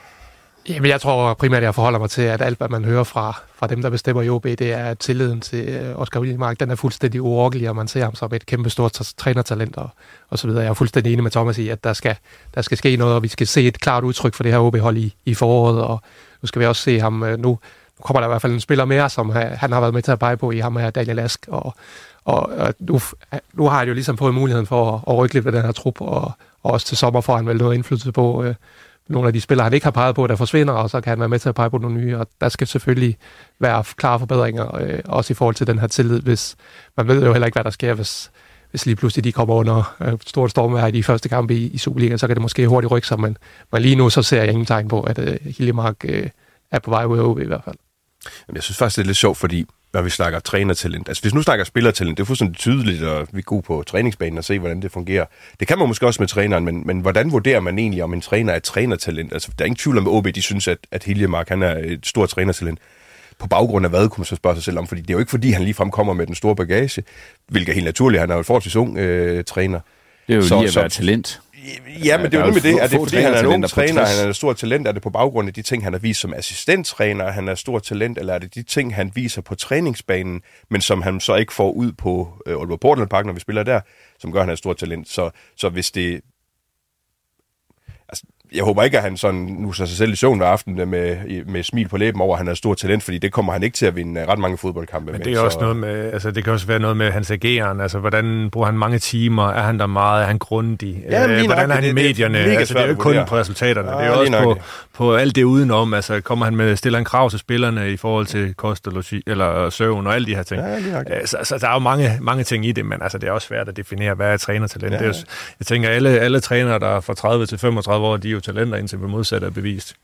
Jamen, jeg tror primært, at jeg forholder mig til, at alt, hvad man hører fra, fra dem, der bestemmer i O B, det er, at tilliden til Oscar Willimark, den er fuldstændig urokkelig, og man ser ham som et kæmpe stort trænertalent og, og så videre. Jeg er fuldstændig enig med Thomas i, at der skal, der skal ske noget, og vi skal se et klart udtryk for det her O B-hold i, i foråret, og nu skal vi også se ham nu. Nu kommer der i hvert fald en spiller mere, som han har været med til at pege på i ham her, Daniel Ask, og, og, og nu, nu har han jo ligesom fået muligheden for at, at rykke lidt ved den her trup, og, og også til sommer får han vel noget indflydelse på øh, nogle af de spillere, han ikke har peget på, der forsvinder, og så kan han være med til at pege på nogle nye, og der skal selvfølgelig være klare forbedringer, øh, også i forhold til den her tillid, hvis man ved jo heller ikke, hvad der sker, hvis, hvis lige pludselig de kommer under øh, stort stormvejr i de første kampe i, i Superligaen, så kan det måske hurtigt rykke sig, men, men lige nu så ser jeg ingen tegn på, at øh, Hiljemark øh, er på vej ud af O B i hvert fald.
Jamen, jeg synes faktisk, det er lidt sjovt, fordi når vi snakker trænertalent, altså hvis nu snakker spillertalent, det er fuldstændig tydeligt, og vi går på træningsbanen og se, hvordan det fungerer. Det kan man måske også med træneren, men, men hvordan vurderer man egentlig, om en træner er et trænertalent? Altså, der er ingen tvivl om, at O B, de synes, at, at Hiljemark, han er et stort trænertalent. På baggrund af hvad, kunne man så spørge sig selv om, fordi det er jo ikke, fordi han ligefrem kommer med den store bagage, hvilket er helt naturligt, han er jo et forholdsvis ung øh, træner.
Det er jo
så,
lige at
så,
være talent.
Ja, men det er jo noget med det. Er det fordi, han er en ung træner, han er et stort talent? Er det på baggrund af de ting, han har vist som assistenttræner, han er et stort talent? Eller er det de ting, han viser på træningsbanen, men som han så ikke får ud på øh, Aalborg Portland Park, når vi spiller der, som gør, at han er et stort talent? Så, så hvis det... Altså, jeg håber ikke, at han sådan nu sig sig selv i søvn hver aften med, med smil på læben over, at han er et stort talent, fordi det kommer han ikke til at vinde ret mange fodboldkampe med.
Men det er også noget med, altså det kan også være noget med hans ageren, altså hvordan bruger han mange timer, er han der meget, er han grundig,
ja,
øh, hvordan er han i medierne, det, det, altså det er jo ikke kun på resultaterne, ja, det er jo også på, på alt det udenom, altså kommer han med, stiller han krav til spillerne i forhold til kost og logi, eller søvn og alle de her ting. Ja, så, så der er jo mange, mange ting i det, men altså det er også svært at definere, hvad er trænertalent. Ja. Det er jo, jeg tænker, alle, alle trænere, der er fra tredive til femogtredive år, de er jo talenter, indtil vi modsat er bevist.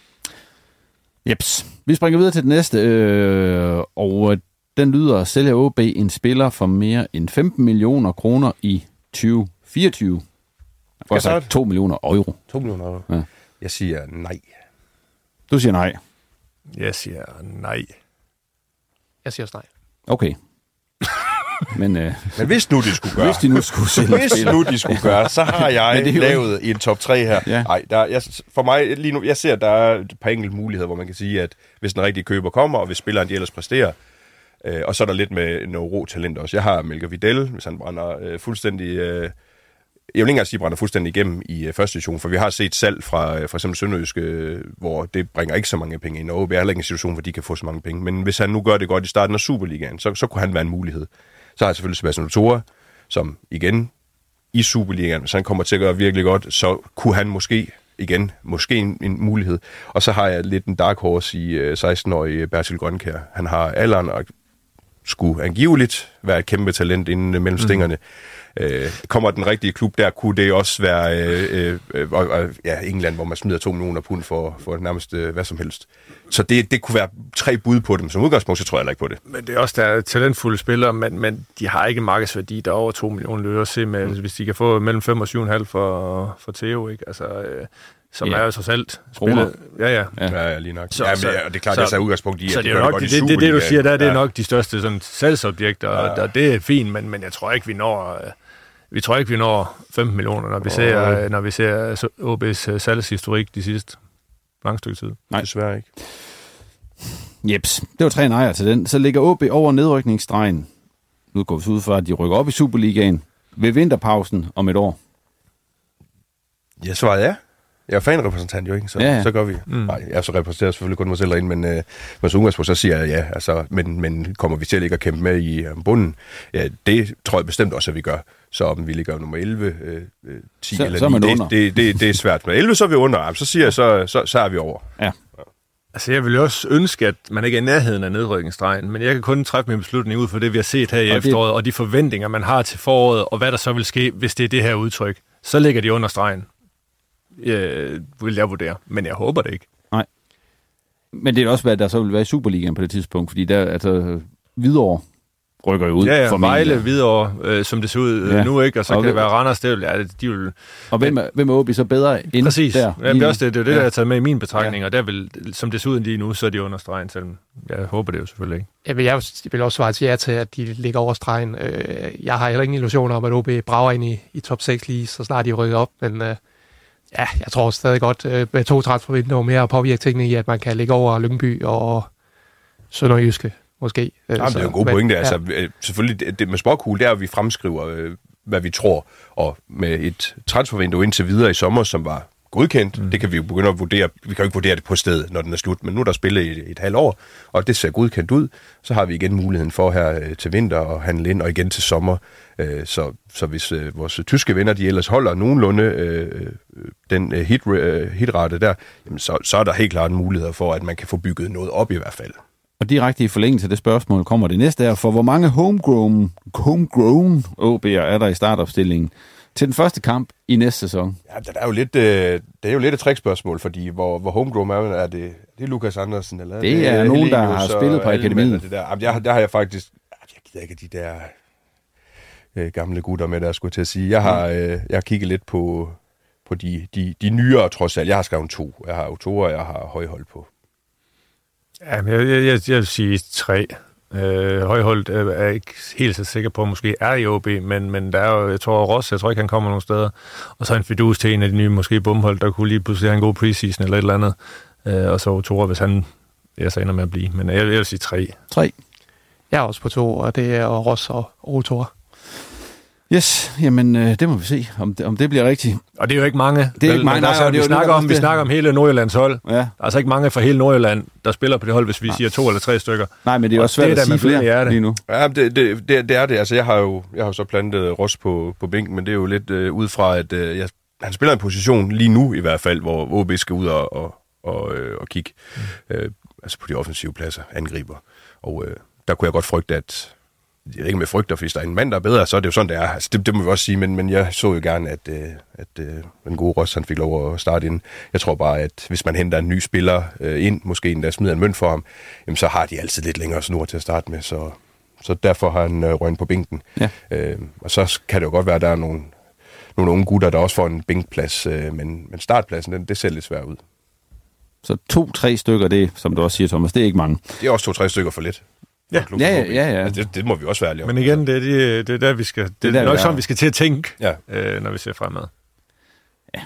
Jeps. Vi springer videre til det næste, øh, og den lyder, sælger O B en spiller for mere end femten millioner kroner i tyve fireogtyve. For sagt to millioner euro.
to millioner euro. Ja. Jeg siger nej.
Du siger nej.
Jeg siger nej.
Jeg siger også nej.
Okay. Men, øh,
Men hvis nu de skulle gøre,
hvis de nu skulle sælge
hvis nu de skulle gøre, så har jeg lavet i en top tre her. Ja. Ej, der, jeg, for mig lige nu, jeg ser, at der er et par enkelte muligheder, hvor man kan sige, at hvis den rigtige køber kommer, og hvis spilleren de ellers præsterer, øh, og så er der lidt med noget ro-talent også. Jeg har Melker Vidal, hvis han brænder øh, fuldstændig... Øh, jeg vil ikke engang sige, at brænder fuldstændig igennem i øh, første division, for vi har set salg fra øh, for eksempel Sønderjyske, øh, hvor det bringer ikke så mange penge ind, og O B er heller ikke en situation, hvor de kan få så mange penge. Men hvis han nu gør det godt i starten af Superligaen, så, så kunne han være en mulighed. Så har jeg selvfølgelig Sebastian Otora, som igen i Superligaen, hvis han kommer til at gøre virkelig godt, så kunne han måske igen, måske en, en mulighed. Og så har jeg lidt en dark horse i øh, seksten-årige Bertil Grønkjær. Han har alderen og skulle angiveligt være et kæmpe talent inden mellem mm. stængerne. Øh, kommer den rigtige klub der, kunne det også være øh, øh, øh, ja, England, hvor man smider to millioner pund for, for nærmest øh, hvad som helst. Så det, det kunne være tre bud på dem. Som udgangspunkt, så tror jeg heller ikke på det.
Men det er også, der er talentfulde spillere, men, men de har ikke markedsværdi, der er over to millioner løber at se med. Mm. Hvis de kan få mellem fem og syv komma fem for, for Theo, ikke? Altså, øh, som ja. er jo så selv spillet. Ja, ja.
Ja, ja, lige nok. Så, ja, men det, er, det er klart, så, det er så udgangspunkt i,
så
at
det
de
er nok,
det,
det, det, det, du siger der, det er
ja.
nok de største sådan, salgsobjekter, ja. og, og det er fint, men, men jeg tror ikke, vi når... Øh, Vi tror ikke, vi når femten millioner, når vi ser, oh. når vi ser O B's salgshistorik de sidste lange stykke tid.
Nej, desværre ikke.
Jeps, det var tre nejer til den. Så ligger O B over nedrykningsstregen. Nu går vi ud fra, at de rykker op i Superligaen ved vinterpausen om et år.
Jeg svarer ja. Jeg er fanrepræsentant jo, ikke? Så,
ja, ja.
så gør vi. Mm. Nej, jeg så repræsenterer selvfølgelig kun mig selv derinde, men øh, med så udgangspunkt, så siger jeg ja. Altså, men, men kommer vi til ikke at kæmpe med i um, bunden? Ja, det tror jeg bestemt også, at vi gør. Så om vi ligger nummer elleve, øh, ti
så,
eller
så
ni, det,
det,
det, det, det er svært. Men elleve, så er vi under. Så siger jeg, så, så, så er vi over.
Ja.
Altså, jeg vil jo også ønske, at man ikke er i nærheden af nedrykningsstregen, men jeg kan kun træffe min beslutning ud for det, vi har set her i og efteråret, det... og de forventninger, man har til foråret, og hvad der så vil ske, hvis det er det her udtryk. Så ligger de under stregen, øh, vil jeg vurdere. Men jeg håber det ikke.
Nej. Men det er også, hvad der så vil være i Superligaen på det tidspunkt, fordi der, altså, Hvidovre rykker jo ud.
Ja, ja, Vejle, Hvidovre, øh, som det ser ud ja. nu, ikke? Og så og kan det være Randers, det vil, ja, de vil...
Og hvem er, hvem er O B så bedre end
Præcis.
der?
Ja, det er også det, det er jo det,
ja.
der er taget med i min betragtning, ja. Og der vil, som det ser ud lige nu, så er de under stregen, selvom jeg håber det jo selvfølgelig ikke.
Jeg vil, jeg vil også svare til jer til, at de ligger over stregen. Jeg har heller ingen illusioner om, at O B brager ind i, i top seks lige, så snart de rykker op, men øh, ja, jeg tror stadig godt, øh, med to transfervinduer mere at påvirke tingene i, at man kan ligge over Lyngby og Sønderjyske. Måske.
Jamen, det er jo en god pointe. Ja. Altså, selvfølgelig, det, det med sporkugle, det er, at vi fremskriver, øh, hvad vi tror. Og med et transfervindue indtil videre i sommer, som var godkendt, mm. det kan vi jo begynde at vurdere. Vi kan jo ikke vurdere det på stedet, når den er slut, men nu er der spillet i et, et halvt år, og det ser godkendt ud. Så har vi igen muligheden for her øh, til vinter at handle ind, og igen til sommer. Øh, så, så hvis øh, vores tyske venner, de ellers holder nogenlunde øh, den øh, hit, øh, hitrate der, jamen, så, så er der helt klart en mulighed for, at man kan få bygget noget op i hvert fald.
Og direkte i forlængelse af det spørgsmål kommer det næste her. For hvor mange homegrown, homegrown O B'er er der i startopstillingen til den første kamp i næste sæson?
Ja, det er jo lidt, øh, det er jo lidt et trickspørgsmål, fordi hvor, hvor homegrown er, er det, det er Lukas Andersen? Eller
det, det er, er nogen, der har spillet på akademiet.
Det der. Jeg, der har jeg faktisk... Jeg gider ikke de der øh, gamle gutter med, der skulle til at sige. Jeg har, øh, jeg har kigget lidt på, på de, de, de nyere, trods alt. Jeg har skrevet to. Jeg har Autor, og jeg har Højhold på.
Ja, men jeg, jeg, jeg, jeg vil sige tre. Øh, Højholdt øh, er ikke helt så sikker på, at måske er i O B, men, men der er jo, jeg tror, Ross, jeg tror ikke, han kommer nogen steder. Og så en fidus til en af de nye, måske Bumholdt, der kunne lige pludselig have en god preseason eller et eller andet. Øh, og så Tore, hvis han jeg så ender med at blive. Men jeg, jeg vil sige tre.
Tre.
Jeg er også på to, og det er Ross og Otore.
Yes, jamen øh, det må vi se, om det, om det bliver rigtigt.
Og det er jo ikke mange.
Det er ikke mange, nej,
altså, vi, snakker om, vi snakker om hele Nordjyllands hold. Ja. Der er altså ikke mange fra hele Nordjylland, der spiller på det hold, hvis vi ja. siger to eller tre stykker.
Nej, men det er også svært at sige flere lige nu.
Ja, det, det, det, det er det. Altså, jeg har jo jeg har jo så plantet Ross på, på bænken, men det er jo lidt øh, ud fra, at øh, jeg, han spiller en position lige nu i hvert fald, hvor O B skal ud og, og, og, øh, og kigge mm. øh, altså på de offensive pladser, angriber. Og øh, der kunne jeg godt frygte, at jeg ved ikke, om jeg frygter, fordi der er en mand, der er bedre, så er det jo sådan, det er. Altså, det, det må vi også sige, men, men jeg så jo gerne, at, øh, at øh, den gode Ross, han fik lov at starte ind. Jeg tror bare, at hvis man henter en ny spiller øh, ind, måske en, der smider en mønt for ham, jamen, så har de altid lidt længere snor til at starte med, så, så derfor har han øh, røgnet på bænken. Ja. Øh, og så kan det jo godt være, at der er nogle, nogle unge gutter, der også får en bænkplads, øh, men, men startpladsen, den, det ser lidt svært ud.
Så to-tre stykker, det som du også siger, Thomas, det er ikke mange.
Det er også to-tre stykker for lidt.
Ja, ja, ja, ja, ja.
Det, det må vi også være ærlige om.
Men igen, det er, de, det er der, vi skal... Det, det er nok sådan, vi skal til at tænke,
ja.
øh, når vi ser fremad.
Ja.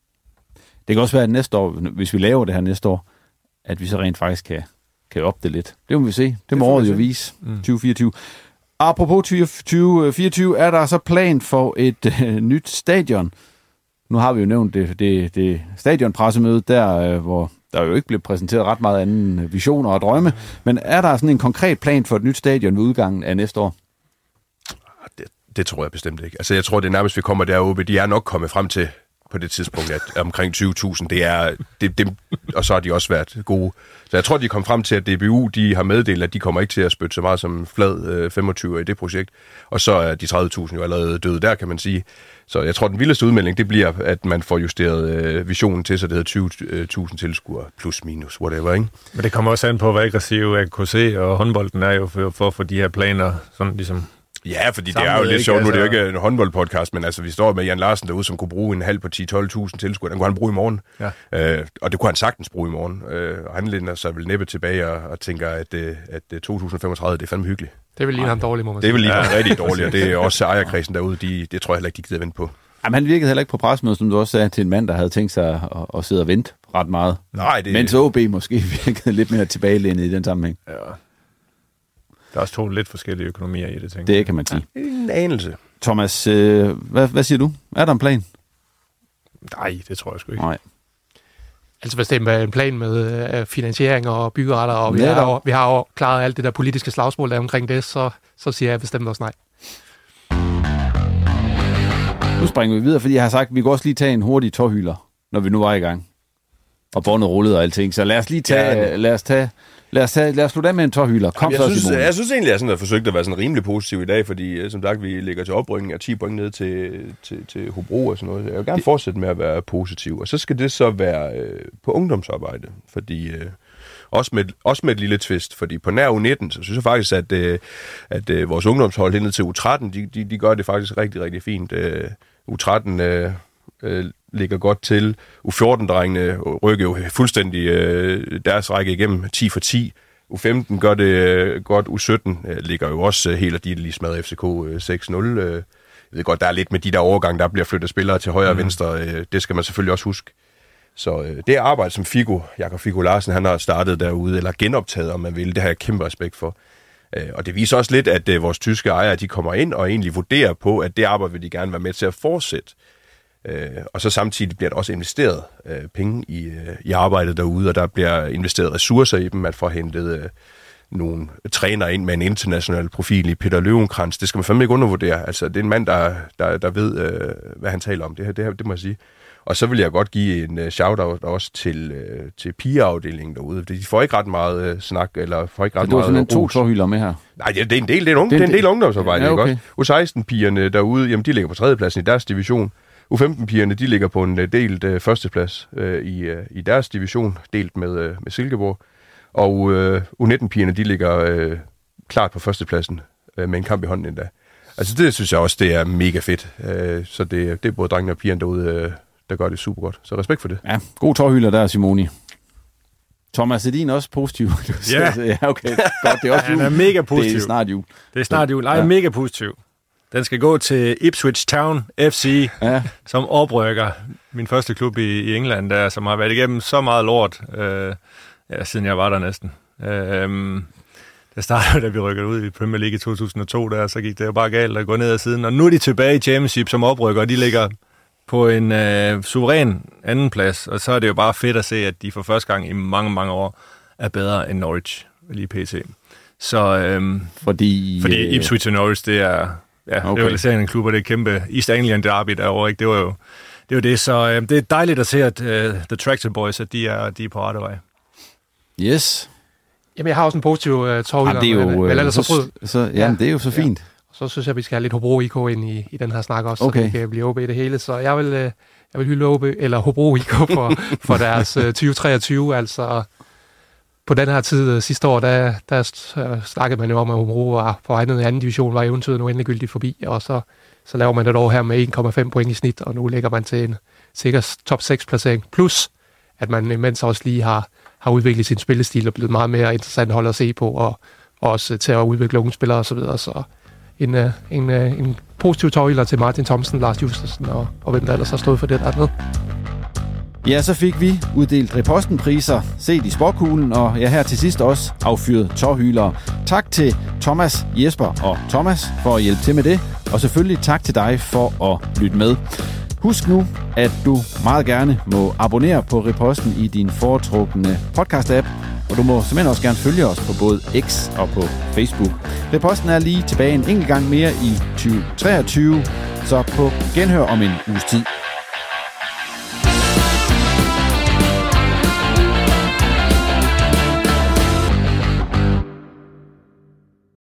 Det kan også være, at næste år, hvis vi laver det her næste år, at vi så rent faktisk kan, kan op det lidt. Det må vi se. Det, det må året jo vise. Mm. tyve fireogtyve. Apropos tyve fireogtyve, er der så plan for et øh, nyt stadion? Nu har vi jo nævnt det, det, det stadionpressemøde, der øh, hvor... Der er jo ikke blevet præsenteret ret meget anden visioner og drømme, men er der sådan en konkret plan for et nyt stadion ved udgangen af næste år?
Det, det tror jeg bestemt ikke. Altså jeg tror, det er nærmest, vi kommer deroppe. De er nok kommet frem til på det tidspunkt, at omkring tyve tusind, det er, det, det, og så har de også været gode. Så jeg tror, de er kommet frem til, at D B U, de har meddelt, at de kommer ikke til at spytte så meget som flad øh, femogtyve i det projekt, og så er de tredive tusind jo allerede døde der, kan man sige. Så jeg tror, den vildeste udmelding, det bliver, at man får justeret øh, visionen til, så det hedder tyve tusind tilskuere, plus minus, whatever, ikke?
Men det kommer også an på, hvor aggressiv A K C og håndbolden er jo for, for at få de her planer sådan ligesom...
Ja, fordi det er jo lidt sjovt. Nu er det jo ikke en håndboldpodcast, men altså, vi står med Jan Larsen derude, som kunne bruge en halv på ti til tolv tusind tilskuere. Den kunne han bruge i morgen. Ja. Øh, og det kunne han sagtlig bruge i morgen. Øh, og han lænder sig vel næppe tilbage og, og tænker, at, at to tusind femogtredive, det er fandme hyggeligt.
Det vil ligne ham dårligt, må man sige.
Det vil ligne ham rigtig dårligt, og det er også ejerkredsen derude. De, det tror jeg heller ikke, de gider vente på.
Jamen, han virkede heller ikke på pressemødet, som du også sagde, til en mand, der havde tænkt sig at, at sidde og vente ret meget.
Nej, det...
Mens O B måske virkede lidt mere tilbagelænet i den sammenhæng.
Ja. Der er også to lidt forskellige økonomier i det, tænker jeg.
Det kan man sige.
Ja, en anelse.
Thomas, øh, hvad, hvad siger du? Er der en plan?
Nej, det tror jeg sgu ikke.
Nej.
Altså hvis det er en plan med øh, finansiering og byggeretter, og vi har, jo, vi har jo klaret alt det der politiske slagsmål der omkring det, så, så siger jeg bestemt også nej.
Nu springer vi videre, fordi jeg har sagt, at vi kan også lige tage en hurtig tårhyler, når vi nu var i gang. Og båndet rullede og alting. Så lad os lige tage, ja, lad os tage, lad os tage, lad os slutte af med en tårhyler. Kom
jeg,
så,
synes,
Simone.
jeg synes egentlig, at jeg sådan har forsøgt at være sådan rimelig positiv i dag, fordi som sagt, vi ligger til oprykning af ti point ned til, til, til Hobro og sådan noget. Jeg vil gerne fortsætte med at være positiv. Og så skal det så være øh, på ungdomsarbejde, fordi... Øh, Også med, også med et lille twist, fordi på nær U nitten, så synes jeg faktisk, at, øh, at øh, vores ungdomshold hernede til U tretten, de, de, de gør det faktisk rigtig, rigtig fint. Øh, U tretten øh, øh, ligger godt til. U fjorten-drengene rykker jo fuldstændig øh, deres række igennem ti for ti. U femten gør det øh, godt. U sytten øh, ligger jo også øh, helt og de lige smadret F C K øh, seks nul. Øh, jeg ved godt, der er lidt med de der overgange, der bliver flyttet spillere til højre og venstre. Øh, det skal man selvfølgelig også huske. Så øh, det arbejde, som Figo, Jakob Figo Larsen, han har startet derude, eller genoptaget, om man vil, det har jeg kæmpe respekt for. Øh, og det viser også lidt, at øh, vores tyske ejere, de kommer ind og egentlig vurderer på, at det arbejde vil de gerne være med til at fortsætte. Øh, og så samtidig bliver der også investeret øh, penge i, øh, i arbejdet derude, og der bliver investeret ressourcer i dem, man får hentet øh, nogle træner ind med en international profil i Peter Løvenkrantz. Det skal man fandme ikke undervurdere. Altså, det er en mand, der, der, der ved, øh, hvad han taler om. Det her, det her, det må jeg sige. Og så vil jeg godt give en uh, shout-out også til, uh, til pigeafdelingen derude. De får ikke ret meget uh, snak, eller får ikke ret meget ros.
Det er to tårhylder med her.
Nej, det er en del, det er en, det er en del ungdomsarbejde,
ja, okay.
Ikke også? U seksten-pigerne derude, jamen de ligger på tredjepladsen i deres division. U femten-pigerne, de ligger på en uh, delt uh, førsteplads uh, i, uh, i deres division, delt med, uh, med Silkeborg. Og uh, U nitten-pigerne, de ligger uh, klart på førstepladsen uh, med en kamp i hånden endda. Altså det synes jeg også, det er mega fedt. Uh, så det, det er både drengene og pigerne derude, uh, der gør det super godt. Så respekt for det.
Ja, god tårhylder der, Simoni. Thomas, er din også positiv?
Ja.
Ja, okay. Godt, det er også jul.
Han er mega positiv.
Det er snart jul.
Det er snart jul. Nej, ja. Mega positiv. Den skal gå til Ipswich Town F C, ja. Som oprykker. Min første klub i, i England, der, som har været igennem så meget lort, øh, ja, siden jeg var der næsten. Øh, det startede, da vi rykkede ud i Premier League i to tusind og to, der, så gik det jo bare galt at gå ned ad siden. Og nu er de tilbage i Championship som oprykker, og de ligger på en øh, suveræn anden plads, og så er det jo bare fedt at se, at de for første gang i mange, mange år er bedre end Norwich, lige pt. Så øhm,
fordi,
fordi Ipswich og Norwich, det er ja, okay. Rivaliseringen af klubber, det er kæmpe East Anglian derby derovre, ikke? Det var jo det, var det. Så øh, det er dejligt at se, at uh, The Tractor Boys, at de er, de er på rette vej.
Yes.
Jamen, jeg har også en positiv uh, tårhylder.
Det er jo,
men, men
så,
så,
så, jamen, ja, det er jo så fint. Ja.
Så synes jeg, vi skal have lidt Hobro I K ind i, i den her snak også,
okay.
Så det kan blive O B i det hele. Så jeg vil, jeg vil hylde O B, eller Hobro I K for, for deres uh, tyve treogtyve. Altså, på den her tid sidste år, der, der snakkede man jo om, at Hobro var på egnet i anden division, var eventyret nu endelig gyldigt forbi, og så, så laver man et år her med en komma fem point i snit, og nu ligger man til en sikkert top seks placering. Plus, at man imens også lige har, har udviklet sin spillestil og blevet meget mere interessant hold at se på, og, og også til at udvikle unge spillere osv., så, så En, en, en positiv tårhylder til Martin Thomsen, Lars Justesen og, og hvem der ellers har stået for det dernede.
Ja, så fik vi uddelt Ripostenpriser, set i sporkuglen, og ja, her til sidst også affyret tårhylere. Tak til Thomas, Jesper og Thomas for at hjælpe til med det, og selvfølgelig tak til dig for at lytte med. Husk nu, at du meget gerne må abonnere på Riposten i din foretrukne podcast-app, og du må simpelthen også gerne følge os på både X og på Facebook. Riposten er lige tilbage en enkelt gang mere i tyve treogtyve, så på genhør om en uges tid.